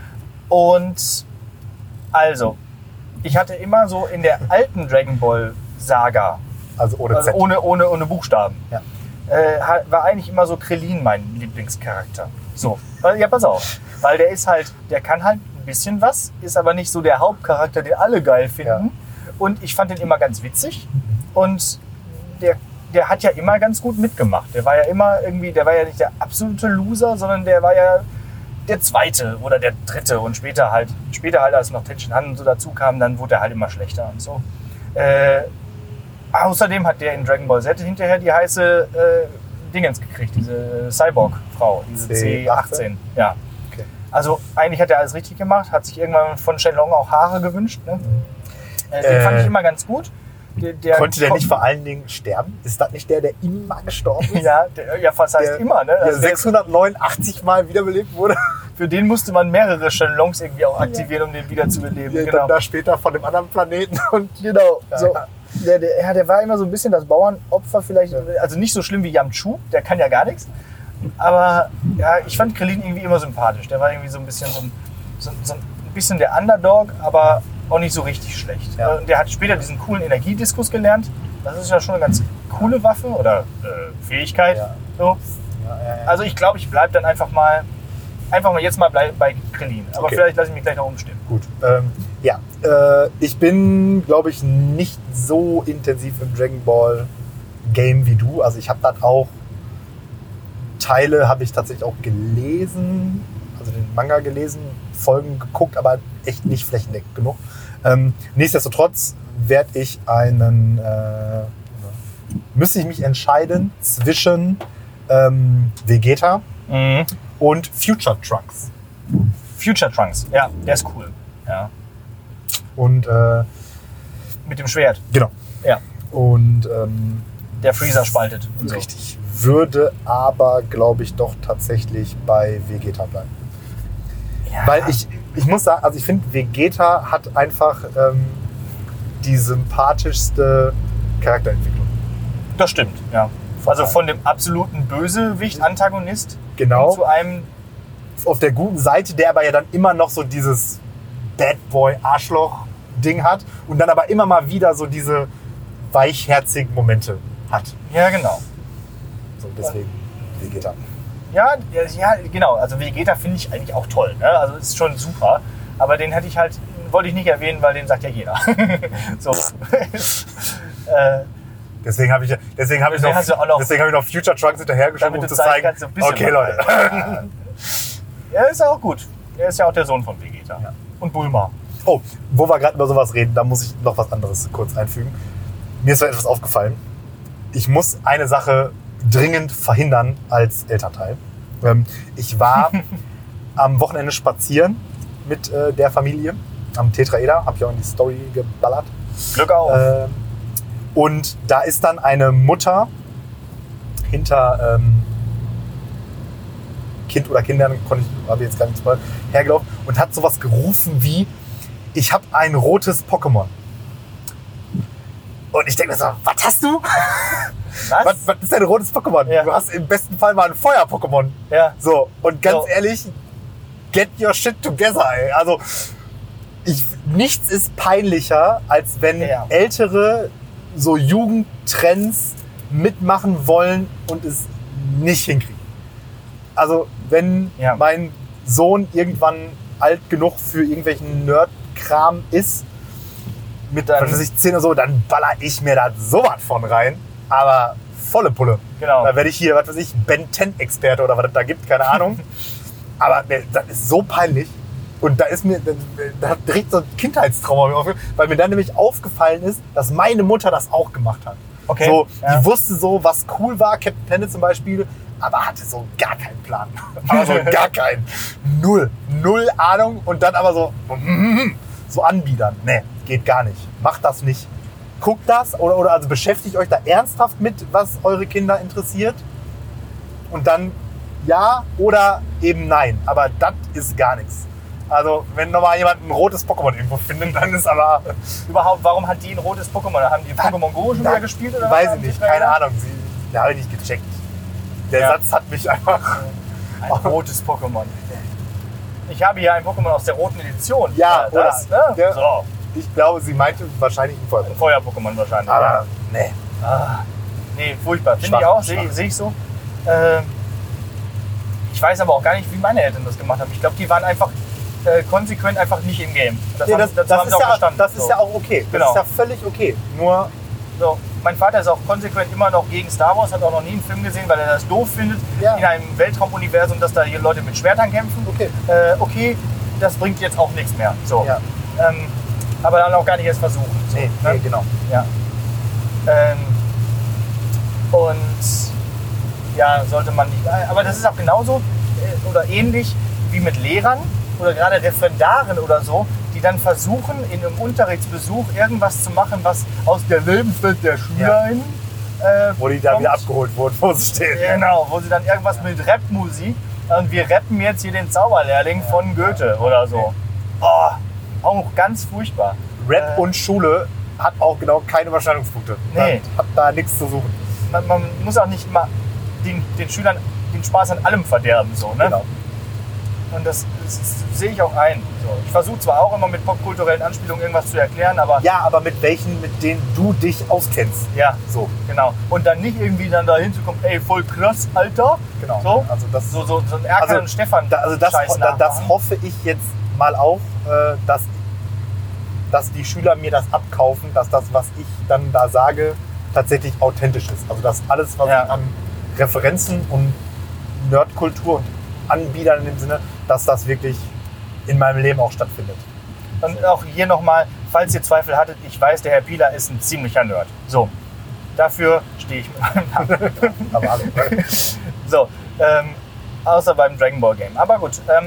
Und also, ich hatte immer so in der alten Dragon Ball Saga, Also ohne also Z. ohne, ohne, ohne Buchstaben, Ja. äh, ha- war eigentlich immer so Krillin mein Lieblingscharakter. So, Weil- ja, pass auf. Weil der ist halt, der kann halt ein bisschen was, ist aber nicht so der Hauptcharakter, den alle geil finden. Ja. Und ich fand den immer ganz witzig. Und der, der hat ja immer ganz gut mitgemacht. Der war ja immer irgendwie, der war ja nicht der absolute Loser, sondern der war ja der Zweite oder der Dritte. Und später halt, später halt, als noch Tenshin Han und so dazu kam, dann wurde er halt immer schlechter und so. Äh, außerdem hat der in Dragon Ball Z hinterher die heiße äh, Dingens gekriegt, diese Cyborg-Frau, diese C C achtzehn. Ja. Okay. Also eigentlich hat er alles richtig gemacht, hat sich irgendwann von Shenlong auch Haare gewünscht. Ne? Äh, den Äh, fand ich immer ganz gut. Der, der Konnte der ko- nicht vor allen Dingen sterben? Ist das nicht der, der immer gestorben ist? Ja, der, ja, fast heißt Der- immer. Ne? Der Also der ist, sechshundertneunundachtzig Mal wiederbelebt wurde. für den musste man mehrere Shenlongs irgendwie auch aktivieren, um den wieder zu beleben. Der Genau. dann da später von dem anderen Planeten und Genau. So. Ja. Der, der, ja, der war immer so ein bisschen das Bauernopfer vielleicht. Also nicht so schlimm wie Yamchu, der kann ja gar nichts. Aber ja, ich fand Krillin irgendwie immer sympathisch. Der war irgendwie so ein bisschen so ein, so, so ein bisschen der Underdog, aber auch nicht so richtig schlecht. Ja. Und der hat später diesen coolen Energiediskus gelernt. Das ist ja schon eine ganz coole Waffe oder äh, Fähigkeit. Ja. So. Ja, ja, ja. Also ich glaube, ich bleibe dann einfach mal, einfach mal jetzt mal bleib bei Krillin. Aber Okay. vielleicht lasse ich mich gleich noch umstimmen. Gut. Ähm, ja, äh, ich bin, glaube ich, nicht so intensiv im Dragon Ball Game wie du. Also ich habe das auch, Teile habe ich tatsächlich auch gelesen, also den Manga gelesen, Folgen geguckt, aber echt nicht flächendeckend genug. Ähm, nichtsdestotrotz werde ich einen, äh, müsste ich mich entscheiden zwischen ähm, Vegeta Mhm. und Future Trunks. Future Trunks, ja, der ist cool. Ja. Und äh, Mit dem Schwert, genau. ja, Und ähm, der Freezer spaltet und so. richtig. Würde aber, glaube ich, doch tatsächlich bei Vegeta bleiben. Ja. Weil ich, ich muss sagen, also ich finde, Vegeta hat einfach ähm, die sympathischste Charakterentwicklung. Das stimmt, ja. Von Also allen. von dem absoluten Bösewicht-Antagonist Genau. zu einem, Auf der guten Seite, der aber ja dann immer noch so dieses Bad Boy-Arschloch-Ding hat und dann aber immer mal wieder so diese weichherzigen Momente hat. ja genau. So, deswegen Vegeta. Ja, ja, ja, genau. Also Vegeta finde ich eigentlich auch toll. Ne? Also ist schon super. Aber den hätte ich halt, wollte ich nicht erwähnen, weil den sagt ja jeder. so. äh, Deswegen habe ich, deswegen habe ich, Deswegen hast du auch noch- noch, deswegen habe ich noch Future Trunks hinterhergeschoben, Damit um du zu zeigen zeigen, kannst, so ein bisschen okay was. Leute. er ist ja auch gut. Er ist ja auch der Sohn von Vegeta. Ja. Und Bulma. Oh, wo wir gerade über sowas reden, da muss ich noch was anderes kurz einfügen. Mir ist so etwas aufgefallen. Ich muss eine Sache dringend verhindern als Elternteil. Ähm, ich war am Wochenende spazieren mit äh, der Familie am Tetraeder, habe ich auch in die Story geballert. Glück auf. Ähm, und da ist dann eine Mutter hinter ähm, Kind oder Kindern, konnte ich, habe ich jetzt gar nicht mal hergelaufen und hat sowas gerufen wie: Ich habe ein rotes Pokémon. Und ich denke mir so, was hast du? Was? Was, was ist denn ein rotes Pokémon? Ja. Du hast im besten Fall mal ein Feuer-Pokémon. Ja. So, und ganz So. ehrlich, get your shit together, ey. Also, ich, nichts ist peinlicher, als wenn Ja. Ältere so Jugendtrends mitmachen wollen und es nicht hinkriegen. Also, wenn Ja. mein Sohn irgendwann alt genug für irgendwelchen Nerd-Kram ist, mit Dann- was weiß ich, zehn oder so, dann baller ich mir da sowas von rein. Aber volle Pulle. Genau. Da werde ich hier, was weiß ich, Ben zehn Experte oder was es da gibt, keine Ahnung. Aber ne, das ist so peinlich. Und da ist mir, da, da hat direkt so ein Kindheitstrauma aufgehört, weil mir dann nämlich aufgefallen ist, dass meine Mutter das auch gemacht hat. Okay, So, ja. Die wusste so, was cool war, Captain Planet zum Beispiel, aber hatte so gar keinen Plan. Also gar keinen. Null. Null Ahnung und dann aber so, so anbiedern. Nee, geht gar nicht. Macht das nicht. Guckt das oder, oder also beschäftigt euch da ernsthaft mit, was eure Kinder interessiert. Und dann ja oder eben nein. Aber das ist gar nichts. Also, wenn nochmal jemand ein rotes Pokémon irgendwo findet, dann ist aber. Überhaupt, warum hat die ein rotes Pokémon? Haben die Pokémon Go schon Da- wieder gespielt? Oder Weiß was? ich nicht, keine Ahnung. Sie, da habe ich nicht gecheckt. Der Ja. Satz hat mich einfach. Ein rotes Pokémon. Ich habe hier ein Pokémon aus der roten Edition. Ja, das, oder? ne? Ja. So, Ich glaube, sie meinte wahrscheinlich ein Feuer. ein Feuer-Pokémon wahrscheinlich. Aber nee. ja. ah, nee, furchtbar. Finde Schwach, ich auch, schwach. sehe seh ich so. Äh, ich weiß aber auch gar nicht, wie meine Eltern das gemacht haben. Ich glaube, die waren einfach äh, konsequent einfach nicht im Game. Das, Nee, haben, das, das, das, haben ist sie auch ja, verstanden. das ist so. ja auch okay. Das Genau. ist ja völlig okay. Nur, So, mein Vater ist auch konsequent immer noch gegen Star Wars, hat auch noch nie einen Film gesehen, weil er das doof findet, Ja. in einem Weltraum-Universum, dass da hier Leute mit Schwertern kämpfen. okay. Äh, okay, das bringt jetzt auch nichts mehr. So. Ja. Ähm, aber dann auch gar nicht erst versuchen. So, Nee, ne? nee, genau. Ja. Ähm, und ja, sollte man nicht. Aber das ist auch genauso äh, oder ähnlich wie mit Lehrern oder gerade Referendaren oder so, die dann versuchen, in einem Unterrichtsbesuch irgendwas zu machen, was aus der Lebenswelt der SchülerInnen äh, Wo die da kommt. wieder abgeholt wurden, wo sie stehen. Genau, wo sie dann irgendwas mit Rapmusik und wir rappen jetzt hier den Zauberlehrling von Goethe oder so. Oh, auch ganz furchtbar. Rap Äh, und Schule hat auch genau keine Überschneidungspunkte. Nee. Hat da nichts zu suchen. man, man muss auch nicht immer den, den Schülern den Spaß an allem verderben. So, ne? Genau. Und das, das, das sehe ich auch ein. So. Ich versuche zwar auch immer mit popkulturellen Anspielungen irgendwas zu erklären, aber Ja, aber mit welchen, mit denen du dich auskennst. ja, So, genau. Und dann nicht irgendwie dann da hinzukommen, ey, voll krass, Alter. genau. So, Also das, so, so, so ein Erkan Also, und Stefan. da, also das, Scheiß da, das nachmachen. hoffe ich jetzt mal auch, äh, dass, dass die Schüler mir das abkaufen, dass das, was ich dann da sage, tatsächlich authentisch ist. Also dass alles, was Ja. ich an Referenzen und Nerdkultur und Anbietern in dem Sinne, dass das wirklich in meinem Leben auch stattfindet. Und auch hier nochmal, falls ihr Zweifel hattet, ich weiß, der Herr Pieler ist ein ziemlicher Nerd. So, dafür stehe ich mit meinem Namen. Aber alle. So, ähm, außer beim Dragon Ball Game. Aber gut, ähm,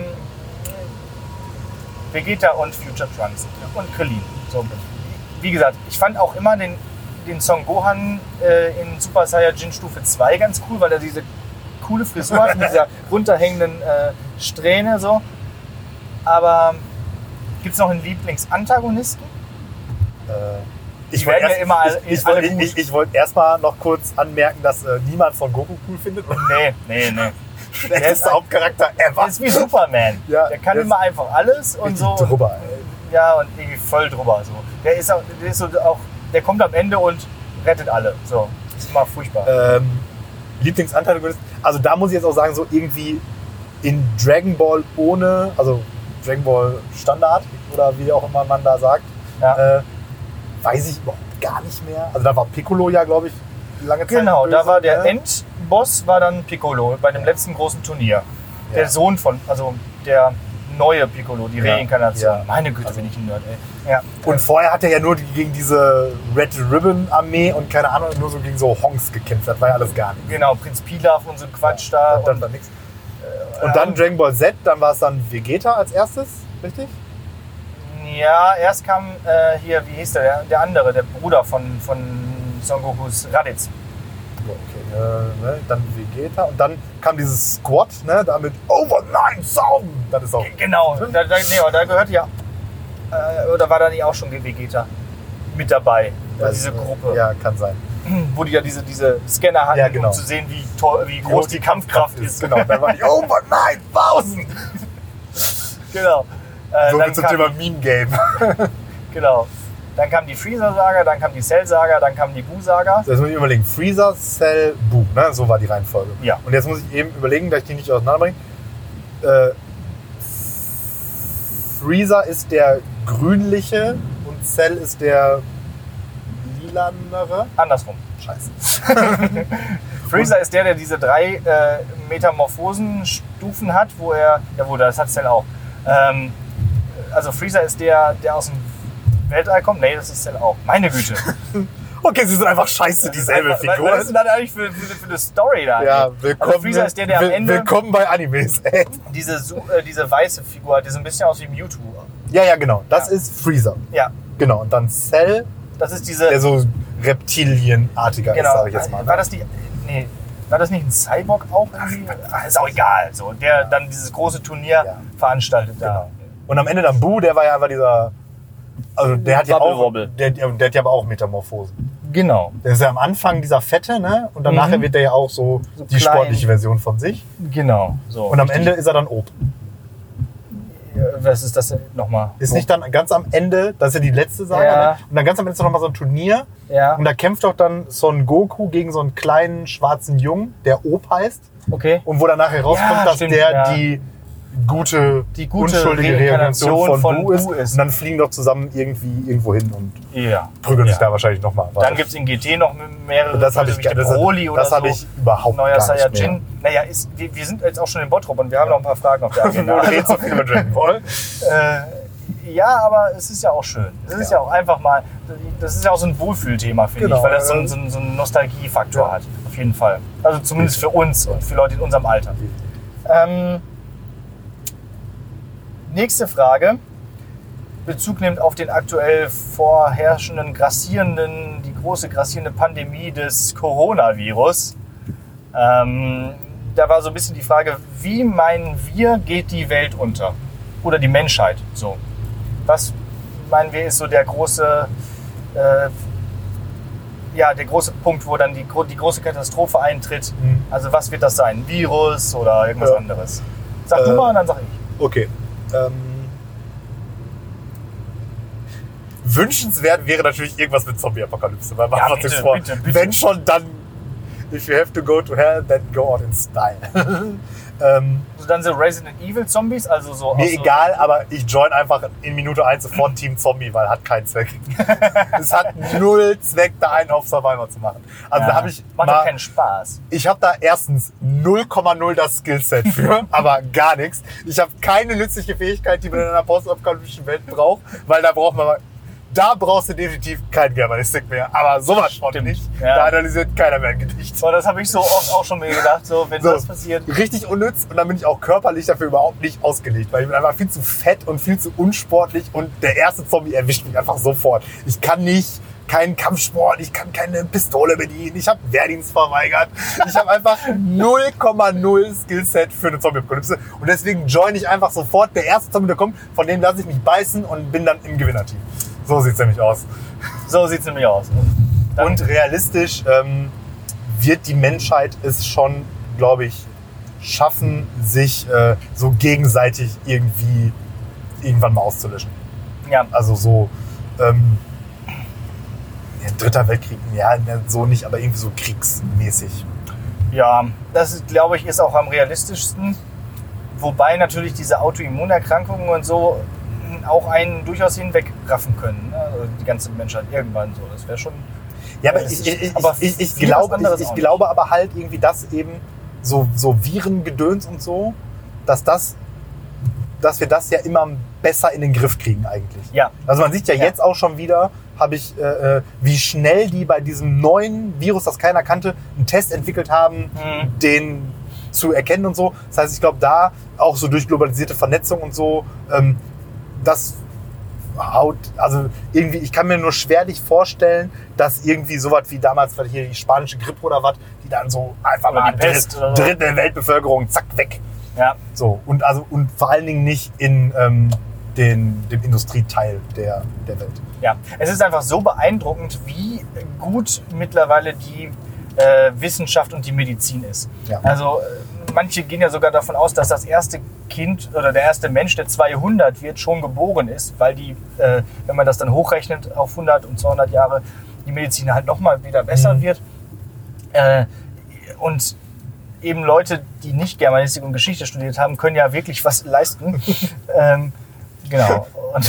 Vegeta und Future Trunks und Krillin. So, wie gesagt, ich fand auch immer den, den Son Gohan äh, in Super Saiyajin Stufe zwei ganz cool, weil er diese coole Frisur hat mit dieser runterhängenden äh, Strähne. So. Aber gibt es noch einen Lieblingsantagonisten? Äh, Die ich wollte werden ja erst, immer alle- ich, ich, alle wollte- gut. ich, ich wollte erstmal noch kurz anmerken, dass äh, niemand von Goku cool findet. Nee, nee, nee. Schlechtester Hauptcharakter Der ever. ist wie Superman. Ja, der kann der ist immer einfach alles und so. Drüber, Ja, und irgendwie voll drüber. So. Der ist, auch, der ist so auch, der kommt am Ende und rettet alle. So, das ist immer furchtbar. ähm, Lieblingsantagonist. Also da muss ich jetzt auch sagen, so irgendwie in Dragon Ball ohne, also Dragon Ball Standard oder wie auch immer man da sagt, Ja. äh, weiß ich überhaupt gar nicht mehr. Also da war Piccolo ja, glaube ich, lange Zeit Genau, böse, da war der ne? Endboss war dann Piccolo bei dem letzten großen Turnier. Der Ja. Sohn von, also der neue Piccolo, die Ja, Reinkarnation. ja. Meine Güte, Also- bin ich ein Nerd, ey. Ja. Und vorher hat er ja nur gegen diese Red Ribbon Armee und keine Ahnung, nur so gegen so Honks gekämpft. Das war ja alles gar nicht. Genau, Prinz Pilaf und so ein Quatsch da. Und dann Und, war nichts. Und dann Dragon Ball Z, dann war es dann Vegeta als erstes, richtig? ja, erst kam äh, hier, wie hieß der, der, der andere, der Bruder von, von Son Gokus, Raditz. Ja, okay. Äh, ne? Dann Vegeta und dann kam dieses Squad, ne? Damit Over neuntausend. Das ist auch. Genau, da, da, nee, aber da gehört ja, äh, oder war da nicht auch schon Vegeta mit dabei, Ja, diese äh, Gruppe, Ja, kann sein. wo die ja diese, diese Scanner hatten, Ja, genau. um zu sehen, wie, toll, wie groß die Kampfkraft ist. Genau, dann war die Over neuntausend. Genau. Äh, So dann viel zum kam, Thema Meme-Game. genau. Dann kam die Freezer-Saga, dann kam die Cell-Saga, dann kam die Buu-Saga. Jetzt muss ich überlegen. Freezer, Cell, Buu. Ne? So war die Reihenfolge. Ja. Und jetzt muss ich eben überlegen, dass ich die nicht auseinanderbringe. Äh, Freezer ist der grünliche und Cell ist der lilanere. Andersrum. Scheiße. Freezer ist der, der diese drei äh, Metamorphosen-Stufen hat, wo er, ja wo, das hat Cell auch. Ähm, also Freezer ist der, der aus dem Weltall kommt. Nee, das ist Cell auch. Meine Güte. Okay, sie sind einfach scheiße, dieselbe Was, Figur. was ist denn dann eigentlich für, für, für eine Story da? Ja, also willkommen, Freezer ist der, der am will- Ende willkommen bei Animes. ey. diese, Su- äh, diese weiße Figur hat, die so ein bisschen aus wie Mewtwo. Ja, ja, genau. Das Ja. ist Freezer. Ja, Genau. Und dann Cell, das ist diese... der so reptilienartiger ist, genau. sage ich jetzt mal. ne? War das die... Nee. War das nicht ein Cyborg auch irgendwie? Ach, ist auch egal. So, der dann dieses große Turnier Ja. veranstaltet da. Genau. Und am Ende dann Buu, der war ja einfach dieser. Also der hat ja Wobble auch. Wobble. Der, der der hat ja aber auch Metamorphosen. Genau. Der ist ja am Anfang dieser Fette, ne? Und dann Mhm. nachher wird der ja auch so, So die klein. sportliche Version von sich. Genau. So, Und am richtig. Ende ist er dann Ob. Was ist das denn nochmal? Ist nicht dann ganz am Ende, das ist ja die letzte Saga, Ja. ne? Und dann ganz am Ende ist noch mal so ein Turnier. Ja. Und da kämpft doch dann Son Goku gegen so einen kleinen schwarzen Jungen, der Ob heißt. Okay. Und wo dann nachher rauskommt, Ja, dass stimmt, der ja. die gute, Die gute unschuldige Reinkarnation Reinkarnation von, von Buu ist. Buu ist. Und dann fliegen doch zusammen irgendwie irgendwo hin und Ja. prügeln ja. sich da wahrscheinlich nochmal. Dann gibt es in G T noch mehrere. Das habe ich, Bösewichte, das, Broly oder das hab so. ich überhaupt Neuer gar nicht Saiyajin. mehr. Naja, ist, wir, wir sind jetzt auch schon in Bottrop und wir haben noch ein paar Fragen auf der Agenda. Du redest so viel über Dragon Ball. äh, ja, aber es ist ja auch schön. Es ist ja. Ja. auch einfach mal, das ist ja auch so ein Wohlfühlthema, finde Genau, ich, weil das so, ja. einen- so, einen- so einen Nostalgiefaktor Ja. hat. Auf jeden Fall. Also zumindest für uns und für Leute in unserem Alter. Ähm, nächste Frage. Bezug nimmt auf den aktuell vorherrschenden, grassierenden, die große grassierende Pandemie des Coronavirus. Ähm, da war so ein bisschen die Frage, wie meinen wir, geht die Welt unter? Oder die Menschheit, so. Was meinen wir, ist so der große, äh, ja, der große Punkt, wo dann die, gro- die große Katastrophe eintritt? Mhm. Also was wird das sein? Ein Virus oder irgendwas Ja. anderes? Sag du Äh, mal und dann sag ich. Okay. Ähm, wünschenswert wäre natürlich irgendwas mit Zombie-Apokalypse. Weil man Ja, macht sich bitte, vor, bitte, bitte. wenn schon, dann If you have to go to hell, then go out in style. ähm, Also dann so Resident Evil Zombies, also so... Mir so egal, aber ich join einfach in Minute eins sofort Team Zombie, weil hat keinen Zweck. Es hat null Zweck, da einen auf Survivor zu machen. Also ja, da habe ich macht mal, doch keinen Spaß. Ich habe da erstens null Komma null das Skillset für, aber gar nichts. Ich habe keine nützliche Fähigkeit, die man in einer postapokalyptischen Welt braucht, weil da braucht man... Da brauchst du definitiv keinen Germanistik mehr. Aber sowas von nicht. Ja. Da analysiert keiner mehr ein Gedicht. So, das habe ich so oft auch schon mir gedacht, so, wenn So, das passiert. Richtig unnütz und dann bin ich auch körperlich dafür überhaupt nicht ausgelegt, weil ich bin einfach viel zu fett und viel zu unsportlich und der erste Zombie erwischt mich einfach sofort. Ich kann nicht keinen Kampfsport, ich kann keine Pistole bedienen, ich habe Wehrdienst verweigert. Ich habe einfach null Komma null Skillset für eine Zombie-Apokalypse und deswegen join ich einfach sofort. Der erste Zombie, der kommt, von dem lasse ich mich beißen und bin dann im Gewinnerteam. So sieht's nämlich aus. So sieht's nämlich aus. Dann Und realistisch ähm, wird die Menschheit es schon, glaube ich, schaffen, sich äh, so gegenseitig irgendwie irgendwann mal auszulöschen. ja, Also so ähm, ja, Dritter Weltkrieg, ja, so nicht, aber irgendwie so kriegsmäßig. ja, das glaube ich ist auch am realistischsten. Wobei natürlich diese Autoimmunerkrankungen und so auch einen durchaus hinwegraffen können. Ne? Also die ganze Menschheit irgendwann so. Das wäre schon... Ja, aber das ich, ist- ich, aber ich, ich, viel glaube, was anderes ich, ich auch glaube aber halt irgendwie, dass eben so, so Virengedöns und so, dass das, dass wir das ja immer besser in den Griff kriegen eigentlich. Ja. Also man sieht ja, Ja. jetzt auch schon wieder, habe ich, äh, wie schnell die bei diesem neuen Virus, das keiner kannte, einen Test entwickelt haben, Mhm. den zu erkennen und so. Das heißt, ich glaube, da auch so durch globalisierte Vernetzung und so, ähm, das haut, also irgendwie, ich kann mir nur schwerlich vorstellen, dass irgendwie sowas wie damals, weil hier die spanische Grippe oder was, die dann so einfach Oder mal die Pest Dritt, oder so. Drittel der Weltbevölkerung, zack, weg. Ja, So, und also, und vor allen Dingen nicht in ähm, den, dem Industrieteil der, der Welt. ja. Es ist einfach so beeindruckend, wie gut mittlerweile die äh, Wissenschaft und die Medizin ist. Ja. Also äh, manche gehen ja sogar davon aus, dass das erste Kind oder der erste Mensch, der zweihundert wird, schon geboren ist, weil die, äh, wenn man das dann hochrechnet auf hundert und zweihundert Jahre, die Medizin halt nochmal wieder besser Mhm. wird. Äh, und eben Leute, die nicht Germanistik und Geschichte studiert haben, können ja wirklich was leisten. ähm, genau. Und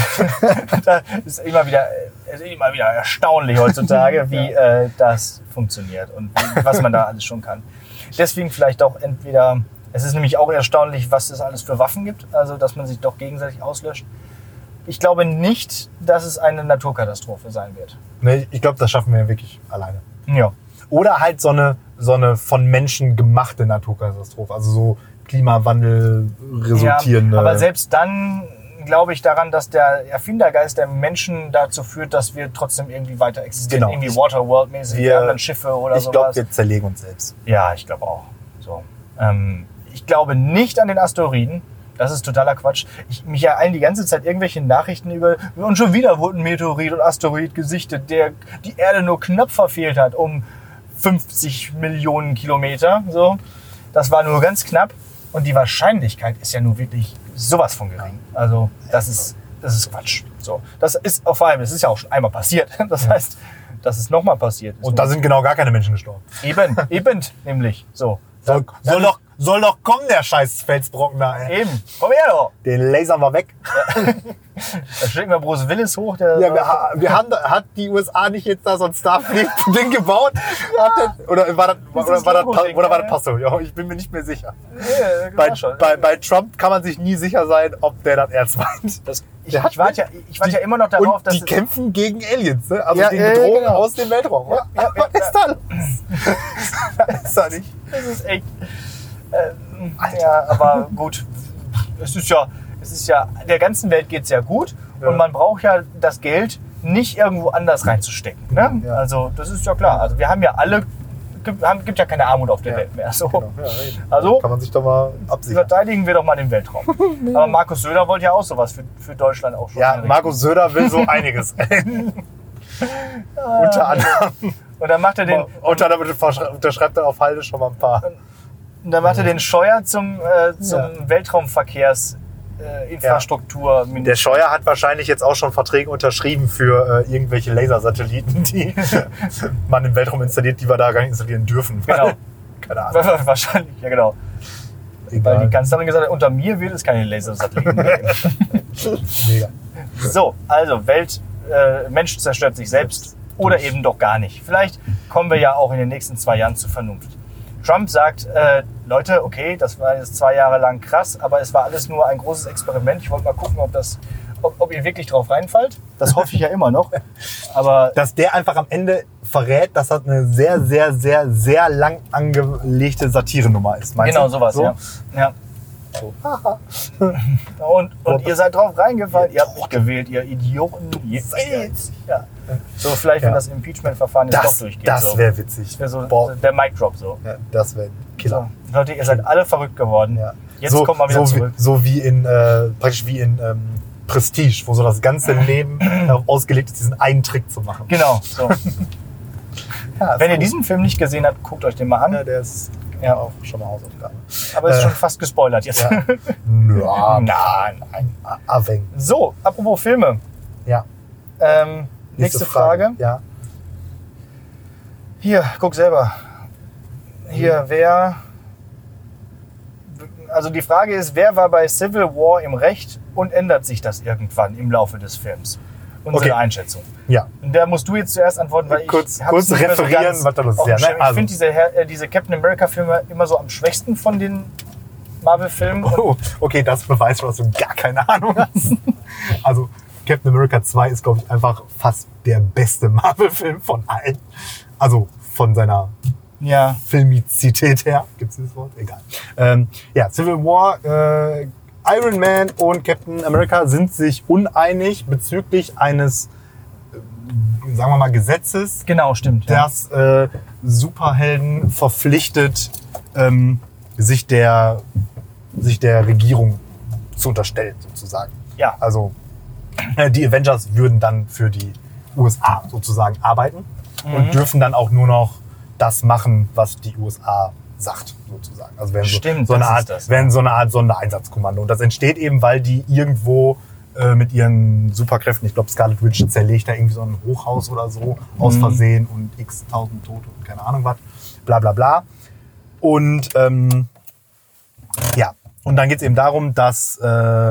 da ist immer wieder, ist immer wieder erstaunlich heutzutage, wie äh, das funktioniert und wie, was man da alles schon kann. Deswegen vielleicht auch entweder, es ist nämlich auch erstaunlich, was es alles für Waffen gibt, also dass man sich doch gegenseitig auslöscht. Ich glaube nicht, dass es eine Naturkatastrophe sein wird. Ne, ich glaube, das schaffen wir wirklich alleine. Ja. Oder halt so eine, so eine von Menschen gemachte Naturkatastrophe, also so Klimawandel resultierende. Ja, aber selbst dann glaube ich daran, dass der Erfindergeist der Menschen dazu führt, dass wir trotzdem irgendwie weiter existieren. Genau. Irgendwie Waterworld-mäßig, Wir- wir haben dann Schiffe oder ich glaube, sowas. wir zerlegen uns selbst. Ja, ich glaube auch. So. Ähm, ich glaube nicht an den Asteroiden. Das ist totaler Quatsch. Ich, mich ereilen die ganze Zeit irgendwelche Nachrichten über, und schon wieder wurde ein Meteorit und Asteroid gesichtet, der die Erde nur knapp verfehlt hat, um fünfzig Millionen Kilometer. So. Das war nur ganz knapp. Und die Wahrscheinlichkeit ist ja nur wirklich sowas von gering. Also, das ist, das ist Quatsch. So. Das ist auch vor allem, das ist ja auch schon einmal passiert. Das heißt, dass es nochmal passiert ist. Und da sind genau gar keine Menschen gestorben. Eben, eben, nämlich. So. Soll, soll, doch, soll doch kommen, der scheiß Felsbrocken da. Ey. Eben, komm her doch. Den lasern wir weg. Da schicken wir Bruce Willis hoch. Der Ja, wir, ha- wir haben, da- hat die U S A nicht jetzt da so ein Starfleet-Ding gebaut? Hat der, oder war das, Das oder ist war das, Logo-Ding, Pa- oder war ja, das Passo? Ja, ich bin mir nicht mehr sicher. Ja, Bei, genau schon. bei, bei Trump kann man sich nie sicher sein, ob der das ernst meint. Das, ich, Der hat- ich warte ja, ich warte ja immer noch darauf, Und dass die kämpfen gegen Aliens, ne? Also Ja, gegen ja, ja, Bedrohungen genau. aus dem Weltraum. Ja, ja, Was ja, ist da los? ist da nicht? das ist echt. Ähm, ja, aber gut. Es ist ja, es ist ja, der ganzen Welt geht es ja gut Ja. und man braucht ja das Geld nicht irgendwo anders reinzustecken. Ne? Ja. Also das ist ja klar. Also wir haben ja alle, gibt, haben, gibt ja keine Armut auf der Ja. Welt mehr. So. Genau. Ja, eben. Also Kann man sich doch mal absichern. verteidigen wir doch mal den Weltraum. Aber Markus Söder wollte ja auch sowas für, für Deutschland auch schon. Ja, einrichten. Markus Söder will so einiges. Unter anderem. Und dann macht er den, Unter anderem unterschreibt er auf Halde schon mal ein paar. und dann macht er den Scheuer zum, äh, zum Ja. Weltraumverkehrs äh, Infrastruktur. Ja. Der Scheuer hat wahrscheinlich jetzt auch schon Verträge unterschrieben für äh, irgendwelche Lasersatelliten, die man im Weltraum installiert, die wir da gar nicht installieren dürfen. Genau. Keine Ahnung. Wahrscheinlich, ja genau. Egal. Weil die Kanzlerin gesagt hat, unter mir wird es keine Lasersatelliten geben. Mega. So, also Welt, äh, Mensch zerstört sich selbst oder eben doch gar nicht. Vielleicht kommen wir ja auch in den nächsten zwei Jahren zur Vernunft. Trump sagt, äh, Leute, okay, das war jetzt zwei Jahre lang krass, aber es war alles nur ein großes Experiment. Ich wollte mal gucken, ob, das, ob, ob ihr wirklich drauf reinfallt. Das hoffe ich ja immer noch. Aber dass der einfach am Ende verrät, dass das eine sehr, sehr, sehr, sehr lang angelegte Satirenummer ist. Meinst genau, du? sowas, so? ja. ja. So. und und ihr seid drauf reingefallen, ihr habt mich gewählt, ihr Idioten. Ja. So, vielleicht, wenn ja. das Impeachment-Verfahren jetzt das, doch durchgeht. Das so. wäre witzig. Das wäre so der Mic-Drop so. Ja, das wäre Killer. So. Leute, ihr seid alle verrückt geworden. Ja. Jetzt so, kommt mal wieder so zurück. Wie, so wie in, äh, praktisch wie in ähm, Prestige, wo so das ganze Leben darauf ausgelegt ist, diesen einen Trick zu machen. Genau. So. ja, wenn ihr cool. diesen Film nicht gesehen habt, guckt euch den mal an. Ja, der ist ja auch schon mal Hausaufgabe. Aber es ist äh, schon fast gespoilert jetzt. Ja. ja, nein, nein. Aveng. So, apropos Filme. Ja. Ähm, nächste, nächste Frage. Frage. Ja. Hier, guck selber. Hier, wer... Also die Frage ist, wer war bei Civil War im Recht und ändert sich das irgendwann im Laufe des Films? Unsere okay. Einschätzung. Ja. Und da musst du jetzt zuerst antworten, weil kurz, ich kurz referieren, so was da los ist. Ja, ne? Ich also. finde diese, äh, diese Captain America-Filme immer so am schwächsten von den Marvel-Filmen. Oh, okay, das beweist schon, dass du gar keine Ahnung hast. Also Captain America zwei ist, glaube ich, einfach fast der beste Marvel-Film von allen. Also von seiner ja. Filmizität her. Gibt es dieses Wort? Egal. Ähm, ja, Civil War, äh, Iron Man und Captain America sind sich uneinig bezüglich eines, äh, sagen wir mal, Gesetzes. Genau, stimmt. Das ja. äh, Superhelden verpflichtet, ähm, sich, der, sich der Regierung zu unterstellen, sozusagen. Ja. Also äh, die Avengers würden dann für die U S A sozusagen arbeiten mhm. und dürfen dann auch nur noch das machen, was die U S A sagt, sozusagen. Also werden so, Stimmt, so, eine Art, das, werden so eine Art Sondereinsatzkommando. Und das entsteht eben, weil die irgendwo äh, mit ihren Superkräften, ich glaube Scarlet Witch zerlegt da irgendwie so ein Hochhaus oder so, mhm. aus Versehen und x tausend Tote und keine Ahnung was, bla bla bla. Und ähm, ja, und dann geht es eben darum, dass äh,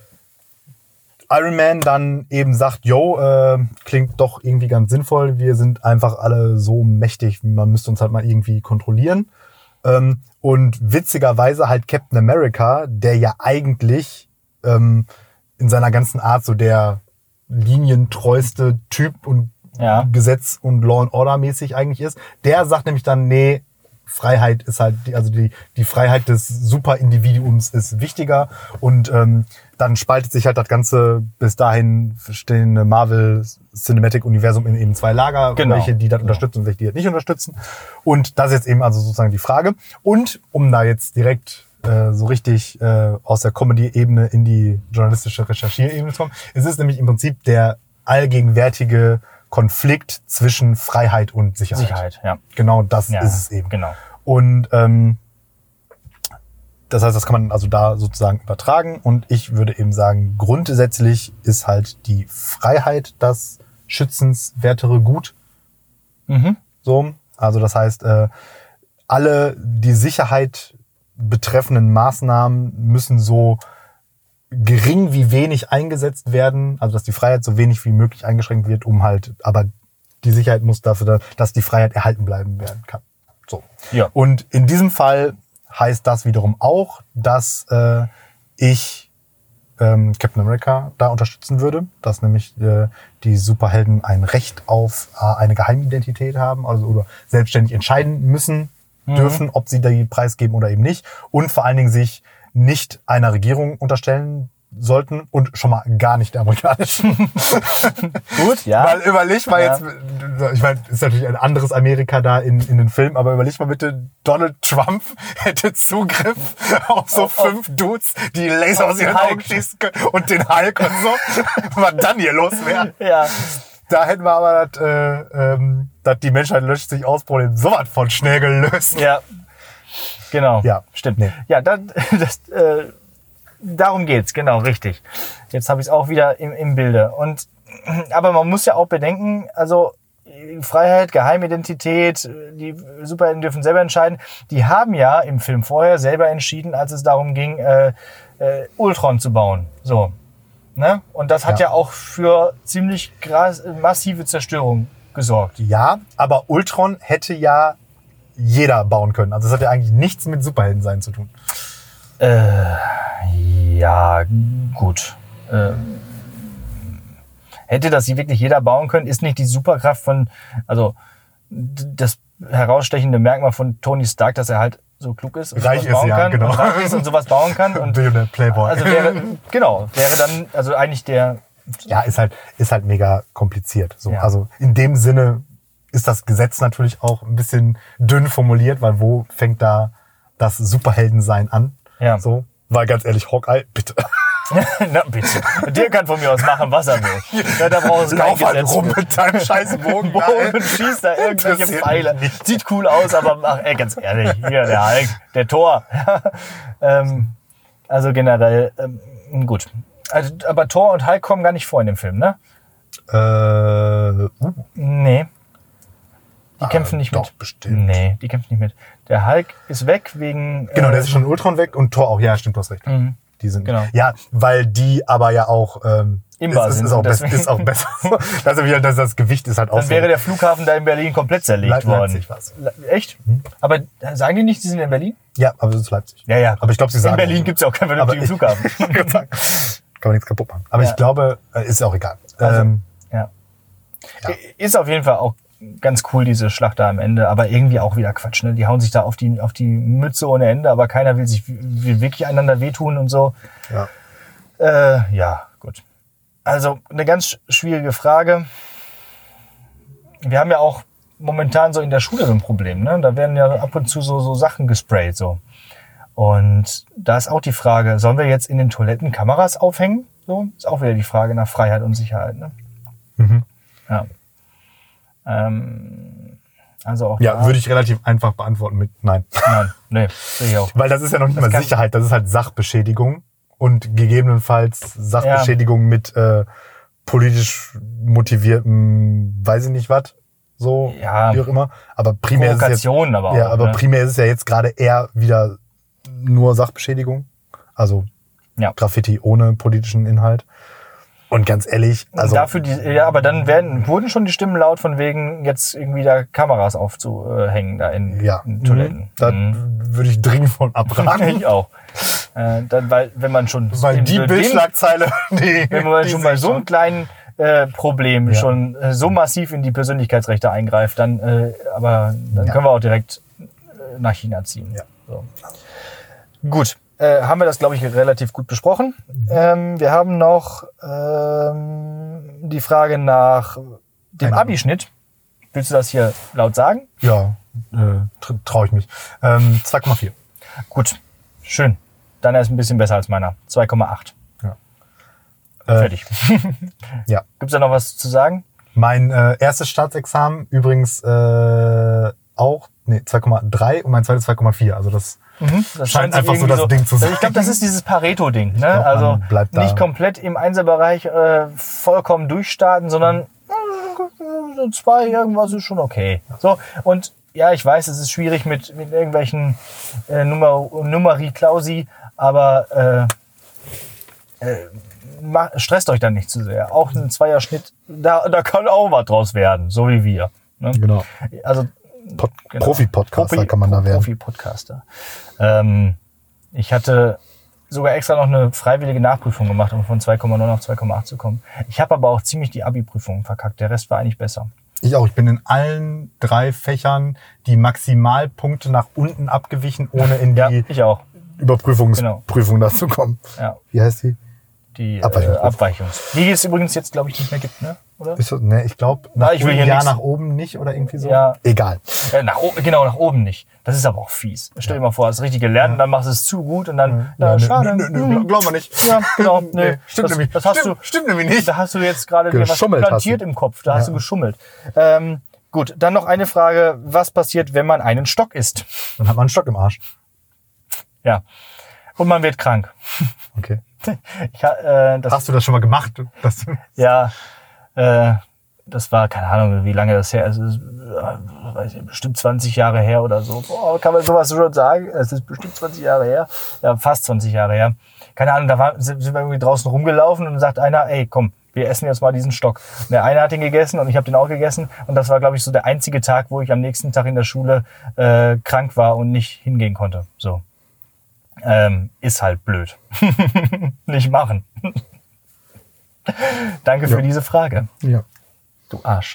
Iron Man dann eben sagt, yo, äh, klingt doch irgendwie ganz sinnvoll, wir sind einfach alle so mächtig, man müsste uns halt mal irgendwie kontrollieren. Ähm, und witzigerweise halt Captain America, der ja eigentlich ähm, in seiner ganzen Art so der linientreueste Typ und ja. Gesetz- und Law and Order mäßig eigentlich ist, der sagt nämlich dann, nee, Freiheit ist halt, die, also die, die Freiheit des Superindividuums ist wichtiger und ähm, dann spaltet sich halt das ganze bis dahin stehende Marvel Cinematic Universum in eben zwei Lager, genau. welche die das unterstützen und welche die das nicht unterstützen. Und das ist jetzt eben also sozusagen die Frage. Und um da jetzt direkt äh, so richtig äh, aus der Comedy-Ebene in die journalistische Recherchierebene zu kommen, es ist nämlich im Prinzip der allgegenwärtige Konflikt zwischen Freiheit und Sicherheit. Sicherheit, ja. Genau das ja, ist es eben. Genau. Und ähm, das heißt, das kann man also da sozusagen übertragen. Und ich würde eben sagen, grundsätzlich ist halt die Freiheit das schützenswertere Gut. Mhm. So, also das heißt, äh, alle die Sicherheit betreffenden Maßnahmen müssen so gering wie wenig eingesetzt werden, also dass die Freiheit so wenig wie möglich eingeschränkt wird, um halt, aber die Sicherheit muss dafür da, dass die Freiheit erhalten bleiben werden kann. So. Ja. Und in diesem Fall heißt das wiederum auch, dass äh, ich ähm, Captain America da unterstützen würde, dass nämlich äh, die Superhelden ein Recht auf äh, eine Geheimidentität haben, also oder selbstständig entscheiden müssen mhm. dürfen, ob sie die preisgeben oder eben nicht, und vor allen Dingen sich nicht einer Regierung unterstellen sollten und schon mal gar nicht der amerikanischen. Gut, ja. Weil überleg mal ja. jetzt, ich meine, ist natürlich ein anderes Amerika da in, in den Filmen, aber überleg mal bitte, Donald Trump hätte Zugriff auf so auf, fünf auf, Dudes, die Laser aus ihren Augen schießen können und den Hulk und so, was dann hier los wäre. Ja. Da hätten wir aber das, äh, ähm, das die Menschheit löscht sich aus Problem sowas von schnell gelöst. Ja. Genau. Ja, stimmt. Nee. Ja, dann, das, äh, darum geht's, genau, richtig. Jetzt habe ich es auch wieder im, im Bilde. Und, aber man muss ja auch bedenken, also Freiheit, Geheimidentität, die Superhelden dürfen selber entscheiden. Die haben ja im Film vorher selber entschieden, als es darum ging, äh, äh, Ultron zu bauen. So, ne? Und das hat ja, ja auch für ziemlich gras- massive Zerstörung gesorgt. Ja, aber Ultron hätte ja jeder bauen können. Also es hat ja eigentlich nichts mit Superhelden sein zu tun. Äh, ja, gut. Ähm, hätte das wirklich jeder bauen können, ist nicht die Superkraft von, also das herausstechende Merkmal von Tony Stark, dass er halt so klug ist und reich sowas bauen ist, ja, kann genau. und reich ist und sowas bauen kann. Und Billionaire Playboy. Also wäre, genau, wäre dann, also eigentlich der... Ja, ist halt, ist halt mega kompliziert. So. Ja. Also in dem Sinne ist das Gesetz natürlich auch ein bisschen dünn formuliert, weil wo fängt da das Superheldensein an? Ja. So, weil ganz ehrlich, Hawkeye, bitte. Na bitte. Der kann von mir aus machen, was er will. Ja, da braucht es kein Lauf halt Gesetz rum für. mit deinem scheiß Bogen. Bogen und schießt da irgendwelche Interessiert Pfeile. mich nicht. Sieht cool aus, aber ach, ey, ganz ehrlich, hier der Hulk, der Thor. ähm, also generell, ähm, gut. Also, aber Thor und Hulk kommen gar nicht vor in dem Film, ne? Äh, uh. Nee. Die Ah, kämpfen nicht doch, mit. bestimmt. Nee, die kämpfen nicht mit. Der Hulk ist weg wegen... Genau, äh, der ist schon Ultron weg und Thor auch. Ja, stimmt, du hast recht. Mhm. Die sind, Genau. Ja, weil die aber ja auch, ähm, Imbar ist, sind ist, auch und best, deswegen- ist auch besser. Das, ist wieder, das, das Gewicht ist halt auch Dann so. wäre der Flughafen da in Berlin komplett zerlegt Le- worden. Leipzig war's. Le- Echt? Aber sagen die nicht, die sind in Berlin? Ja, aber das ist Leipzig. Ja, ja. Aber ich glaube, sie sagen... In Berlin gibt's ja auch keinen Aber vernünftigen ich- Flughafen. Kann man nichts kaputt machen. Aber Ja. ich glaube, äh, ist ja auch egal. Also, ähm, ja. Ja. Ist auf jeden Fall auch ganz cool, diese Schlacht da am Ende, aber irgendwie auch wieder Quatsch, ne? Die hauen sich da auf die, auf die Mütze ohne Ende, aber keiner will sich will wirklich einander wehtun und so. ja. Äh, ja, gut. Also eine ganz schwierige Frage. Wir haben ja auch momentan so in der Schule so ein Problem, ne? Da werden ja ab und zu so, so Sachen gesprayt, so. Und da ist auch die Frage, sollen wir jetzt in den Toiletten Kameras aufhängen? So, ist auch wieder die Frage nach Freiheit und Sicherheit, ne? Mhm. Ja. Ähm, also auch Ja, da, würde ich relativ einfach beantworten mit Nein. Nein, nee, sehe ich auch. Weil das ist ja noch nicht Das mal kann- Sicherheit, das ist halt Sachbeschädigung und gegebenenfalls Sachbeschädigung mit äh, politisch motiviertem, weiß ich nicht was, so, Ja. wie auch immer. Aber primär ist es jetzt, Provokationen aber auch. ja, aber ne? primär ist es ja jetzt gerade eher wieder nur Sachbeschädigung, also Ja. Graffiti ohne politischen Inhalt. Und ganz ehrlich, also Dafür die, ja, aber dann werden, wurden schon die Stimmen laut von wegen, jetzt irgendwie da Kameras aufzuhängen da in, ja, in Toiletten. da Mhm. würde ich dringend von abraten. Ich auch. Äh, dann, weil, wenn man schon, Weil in die dem- Bildschlagzeile, die, wenn man die schon sehe bei ich so einem kleinen äh, Problem Ja. schon äh, so massiv in die Persönlichkeitsrechte eingreift, dann, äh, aber dann Ja. können wir auch direkt äh, nach China ziehen. Ja. So. Gut. Äh, haben wir das, glaube ich, relativ gut besprochen. Mhm. Ähm, wir haben noch ähm, die Frage nach dem Eine- Abischnitt. Willst du das hier laut sagen? Ja, äh, traue ich mich. Ähm, zwei Komma vier. Gut, schön. Deiner ist ein bisschen besser als meiner. zwei Komma acht. Ja. Äh, Fertig. Ja. Gibt's da noch was zu sagen? Mein äh, erstes Staatsexamen übrigens äh, auch, nee, zwei Komma drei und mein zweites zwei Komma vier. Also das Das scheint sich einfach so irgendwie das Ding zu sein. Ich glaube, das ist dieses Pareto-Ding. Ne? glaub, Also man bleibt da. nicht komplett im Einserbereich äh, vollkommen durchstarten, sondern äh, so zwei, irgendwas ist schon okay. So, und ja, ich weiß, es ist schwierig mit, mit irgendwelchen äh, Nummer, Numeri Clausi, aber äh, äh, ma- stresst euch dann nicht zu sehr. Auch ein Zweierschnitt, da, da kann auch was draus werden, so wie wir. Ne? Genau. Also Pod Genau. Profi-Podcaster Profi- kann man da werden. Profi-Podcaster. Ähm, ich hatte sogar extra noch eine freiwillige Nachprüfung gemacht, um von zwei Komma neun auf zwei Komma acht zu kommen. Ich habe aber auch ziemlich die Abi-Prüfung verkackt. Der Rest war eigentlich besser. Ich auch. Ich bin in allen drei Fächern die Maximalpunkte nach unten abgewichen, ohne in die Ja, ich auch. Überprüfungsprüfung dazu kommen. Ja, Wie heißt die? die äh, Abweichungsprüfung. Abweichungs. Die es übrigens jetzt, glaube ich, nicht mehr gibt, ne? Oder? Ist das, ne, ich glaube, Na, nach ich will oben hier ja, nix- nach oben nicht oder irgendwie so. Ja. Egal. Äh, nach, o- genau, nach oben nicht. Das ist aber auch fies. Stell dir mal vor, hast richtig gelernt und dann machst du es zu gut und dann, na, nö, schade. nö, nö, Hm. glaub mal nicht. Ja, genau. Nee, Nee, stimmt das, nämlich. Das hast stimmt, du, stimmt nämlich nicht. Da hast du jetzt gerade dir was Geschummelt hast plantiert du. im Kopf. Da hast Ja. du geschummelt. Ähm, gut, dann noch eine Frage. Was passiert, wenn man einen Stock isst? Dann hat man einen Stock im Arsch. Ja. Und man wird krank. Okay. Ich, äh, das, Hast du das schon mal gemacht? Das, ja, äh, das war, keine Ahnung, wie lange das her ist. Es ist äh, weiß ich, bestimmt zwanzig Jahre her oder so. Boah, kann man sowas schon sagen? Es ist bestimmt zwanzig Jahre her. Ja, fast zwanzig Jahre her. Keine Ahnung, da war, sind wir irgendwie draußen rumgelaufen und dann sagt einer, ey, komm, wir essen jetzt mal diesen Stock. Und der eine hat den gegessen und ich habe den auch gegessen. Und das war, glaube ich, so der einzige Tag, wo ich am nächsten Tag in der Schule äh, krank war und nicht hingehen konnte. So. Ähm, ist halt blöd. Nicht machen. Danke für ja. diese Frage. Ja. Du Arsch.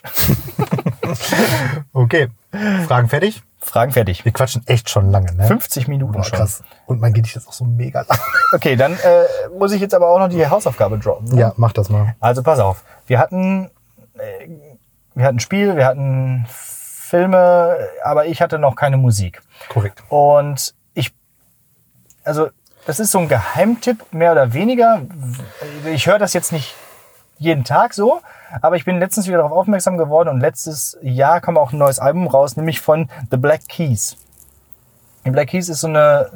Okay. Fragen fertig? Fragen fertig. Wir quatschen echt schon lange, ne? fünfzig Minuten Boah, schon. krass. Und mein Gedicht ist auch so mega lang. Okay, dann äh, muss ich jetzt aber auch noch die Hausaufgabe droppen. Ne? Ja, mach das mal. Also pass auf. Wir hatten, äh, wir hatten Spiel, wir hatten Filme, aber ich hatte noch keine Musik. Korrekt. Und ich, also das ist so ein Geheimtipp, mehr oder weniger. Ich höre das jetzt nicht jeden Tag so, aber ich bin letztens wieder darauf aufmerksam geworden und letztes Jahr kam auch ein neues Album raus, nämlich von The Black Keys. Die Black Keys ist so eine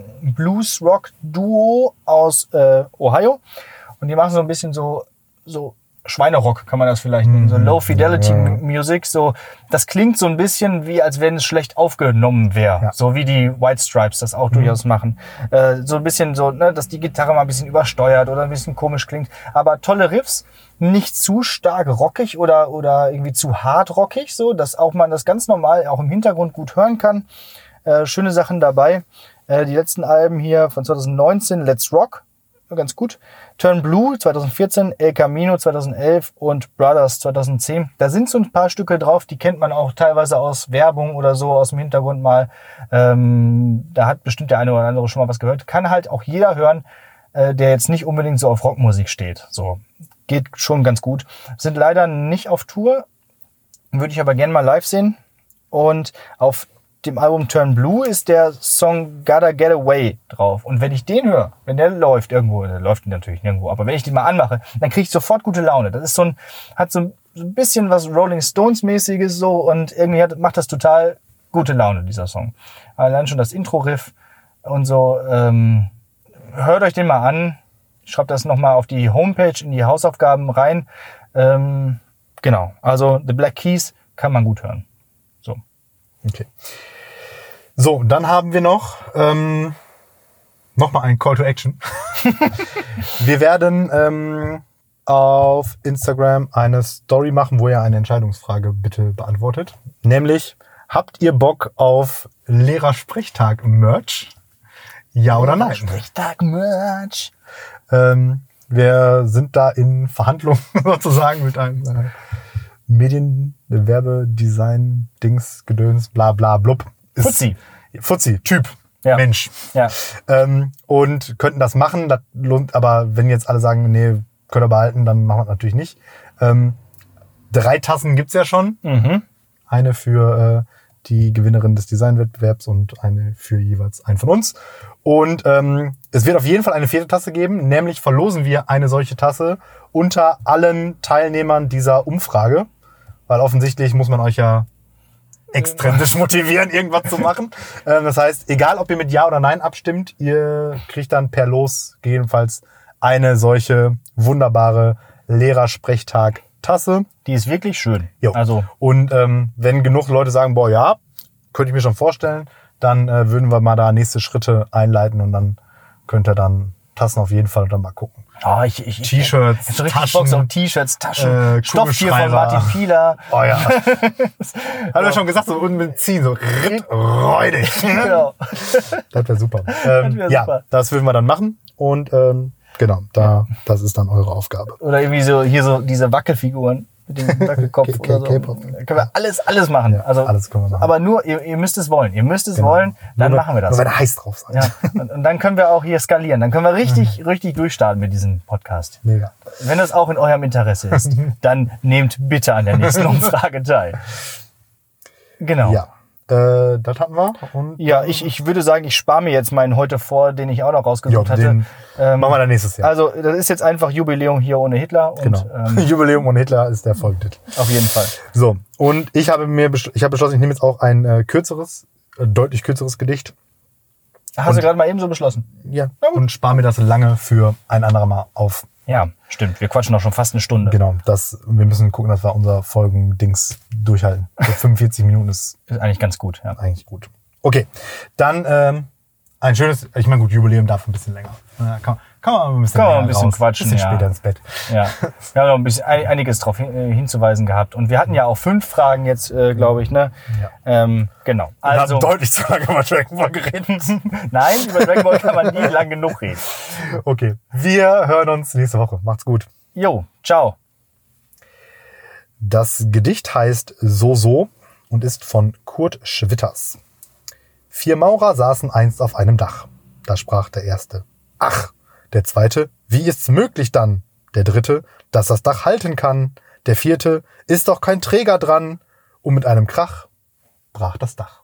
Blues-Rock-Duo aus äh, Ohio und die machen so ein bisschen so, so Schweinerock, kann man das vielleicht nennen, so Low-Fidelity-Music, so, das klingt so ein bisschen wie, als wenn es schlecht aufgenommen wäre, Ja. so wie die White Stripes das auch mhm. durchaus machen. Äh, so ein bisschen so, ne, dass die Gitarre mal ein bisschen übersteuert oder ein bisschen komisch klingt, aber tolle Riffs, nicht zu stark rockig oder, oder irgendwie zu hart rockig, so, dass auch man das ganz normal auch im Hintergrund gut hören kann. Äh, schöne Sachen dabei. Äh, die letzten Alben hier von zwanzig neunzehn, Let's Rock, ganz gut. Turn Blue zwanzig vierzehn, El Camino zwanzig elf und Brothers zwanzig zehn. Da sind so ein paar Stücke drauf, die kennt man auch teilweise aus Werbung oder so, aus dem Hintergrund mal. Ähm, da hat bestimmt der eine oder andere schon mal was gehört. Kann halt auch jeder hören, äh, der jetzt nicht unbedingt so auf Rockmusik steht. So, geht schon ganz gut. Sind leider nicht auf Tour, würde ich aber gerne mal live sehen. Und auf dem Album Turn Blue ist der Song Gotta Get Away drauf. Und wenn ich den höre, wenn der läuft irgendwo, der läuft natürlich nirgendwo, aber wenn ich den mal anmache, dann kriege ich sofort gute Laune. Das ist so ein, hat so ein, so ein bisschen was Rolling Stones mäßiges so und irgendwie hat, macht das total gute Laune, dieser Song. Allein schon das Intro-Riff und so. Ähm, hört euch den mal an. Ich schreibe das nochmal auf die Homepage in die Hausaufgaben rein. Ähm, genau, also The Black Keys kann man gut hören. So. Okay. So, dann haben wir noch ähm, nochmal ein Call to Action. Wir werden ähm, auf Instagram eine Story machen, wo ihr eine Entscheidungsfrage bitte beantwortet. Nämlich, habt ihr Bock auf Lehrersprechtag-Merch? Ja oder nein? Lehrersprechtag-Merch. Ähm, wir sind da in Verhandlungen sozusagen mit einem äh, Medien-, Werbedesign, Dings, Gedöns, bla bla blub. Fuzzi. Fuzzi, Typ, Ja. Mensch. Ja. Ähm, und könnten das machen, das lohnt, aber wenn jetzt alle sagen, nee, könnt ihr behalten, dann machen wir das natürlich nicht. Ähm, drei Tassen gibt's ja schon. Mhm. Eine für äh, die Gewinnerin des Designwettbewerbs und eine für jeweils einen von uns. Und ähm, es wird auf jeden Fall eine vierte Tasse geben, nämlich verlosen wir eine solche Tasse unter allen Teilnehmern dieser Umfrage, weil offensichtlich muss man euch ja extrinsisch motivieren, irgendwas zu machen. Ähm, das heißt, egal ob ihr mit Ja oder Nein abstimmt, ihr kriegt dann per Los gegebenenfalls eine solche wunderbare Lehrersprechtag-Tasse. Die ist wirklich schön. Jo. Also, Und ähm, wenn genug Leute sagen, boah, ja, könnte ich mir schon vorstellen, dann äh, würden wir mal da nächste Schritte einleiten und dann könnt ihr dann Tassen auf jeden Fall dann mal gucken. oh, ich, ich, ich T-Shirts, ich hab richtig Taschen, Bock so auf T-Shirts, Taschen, äh, Stoff hier von Kugelschreiber. Martin Pieler. Oh ja. Hat er schon gesagt, so unten mit ziehen, so ritt, räudig. Genau. Das wäre super. Ähm, wär ja, super. das würden wir dann machen und ähm, genau, da, das ist dann eure Aufgabe. Oder irgendwie so, hier so diese Wackelfiguren mit dem Wackelkopf K- oder so. K-Pop. Da können wir alles, alles machen. Ja, also, alles können wir machen. Aber nur, ihr, ihr müsst es wollen. Ihr müsst es Genau. wollen, dann Nur, machen wir das. Nur wenn ihr heiß drauf seid. Ja. Und, und dann können wir auch hier skalieren. Dann können wir richtig, richtig durchstarten mit diesem Podcast. Mega. Wenn das auch in eurem Interesse ist, dann nehmt bitte an der nächsten Umfrage teil. Genau. Ja, äh, das hatten wir. Und Ja, ich, ich würde sagen, ich spare mir jetzt meinen heute vor, den ich auch noch rausgesucht Jo, hatte. den Ähm, machen wir dann nächstes Jahr. Also, das ist jetzt einfach Jubiläum hier ohne Hitler. Und, Genau. ähm, Jubiläum und Hitler ist der Folgetitel. auf jeden Fall. So, und ich habe mir beschl- ich habe beschlossen, ich nehme jetzt auch ein äh, kürzeres, äh, deutlich kürzeres Gedicht. Hast Und- du gerade mal eben so beschlossen? Ja. Und spar mir das lange für ein anderer Mal auf. Ja, stimmt. Wir quatschen auch schon fast eine Stunde. Genau, das, wir müssen gucken, dass wir unser Folgendings durchhalten. So fünfundvierzig Minuten ist Ist eigentlich ganz gut, ja. eigentlich gut. Okay, dann ähm, ein schönes, ich meine gut, Jubiläum darf ein bisschen länger. Ja, kann, kann man ein bisschen, Kann man länger ein bisschen raus, quatschen, bisschen ja. später ins Bett. Ja, wir haben noch ein bisschen ein, einiges darauf hin, äh, hinzuweisen gehabt. Und wir hatten ja auch fünf Fragen jetzt, äh, glaube ich, ne? Ja. Ähm, genau. Wir Also, haben deutlich zu lange über Dragon Ball geredet. nein, über Dragon Ball kann man nie lang genug reden. Okay, wir hören uns nächste Woche. Macht's gut. Jo, ciao. Das Gedicht heißt So So und ist von Kurt Schwitters. Vier Maurer saßen einst auf einem Dach. Da sprach der Erste: Ach! Der Zweite: Wie ist's möglich dann? Der Dritte: Dass das Dach halten kann. Der Vierte: Ist doch kein Träger dran. Und mit einem Krach brach das Dach.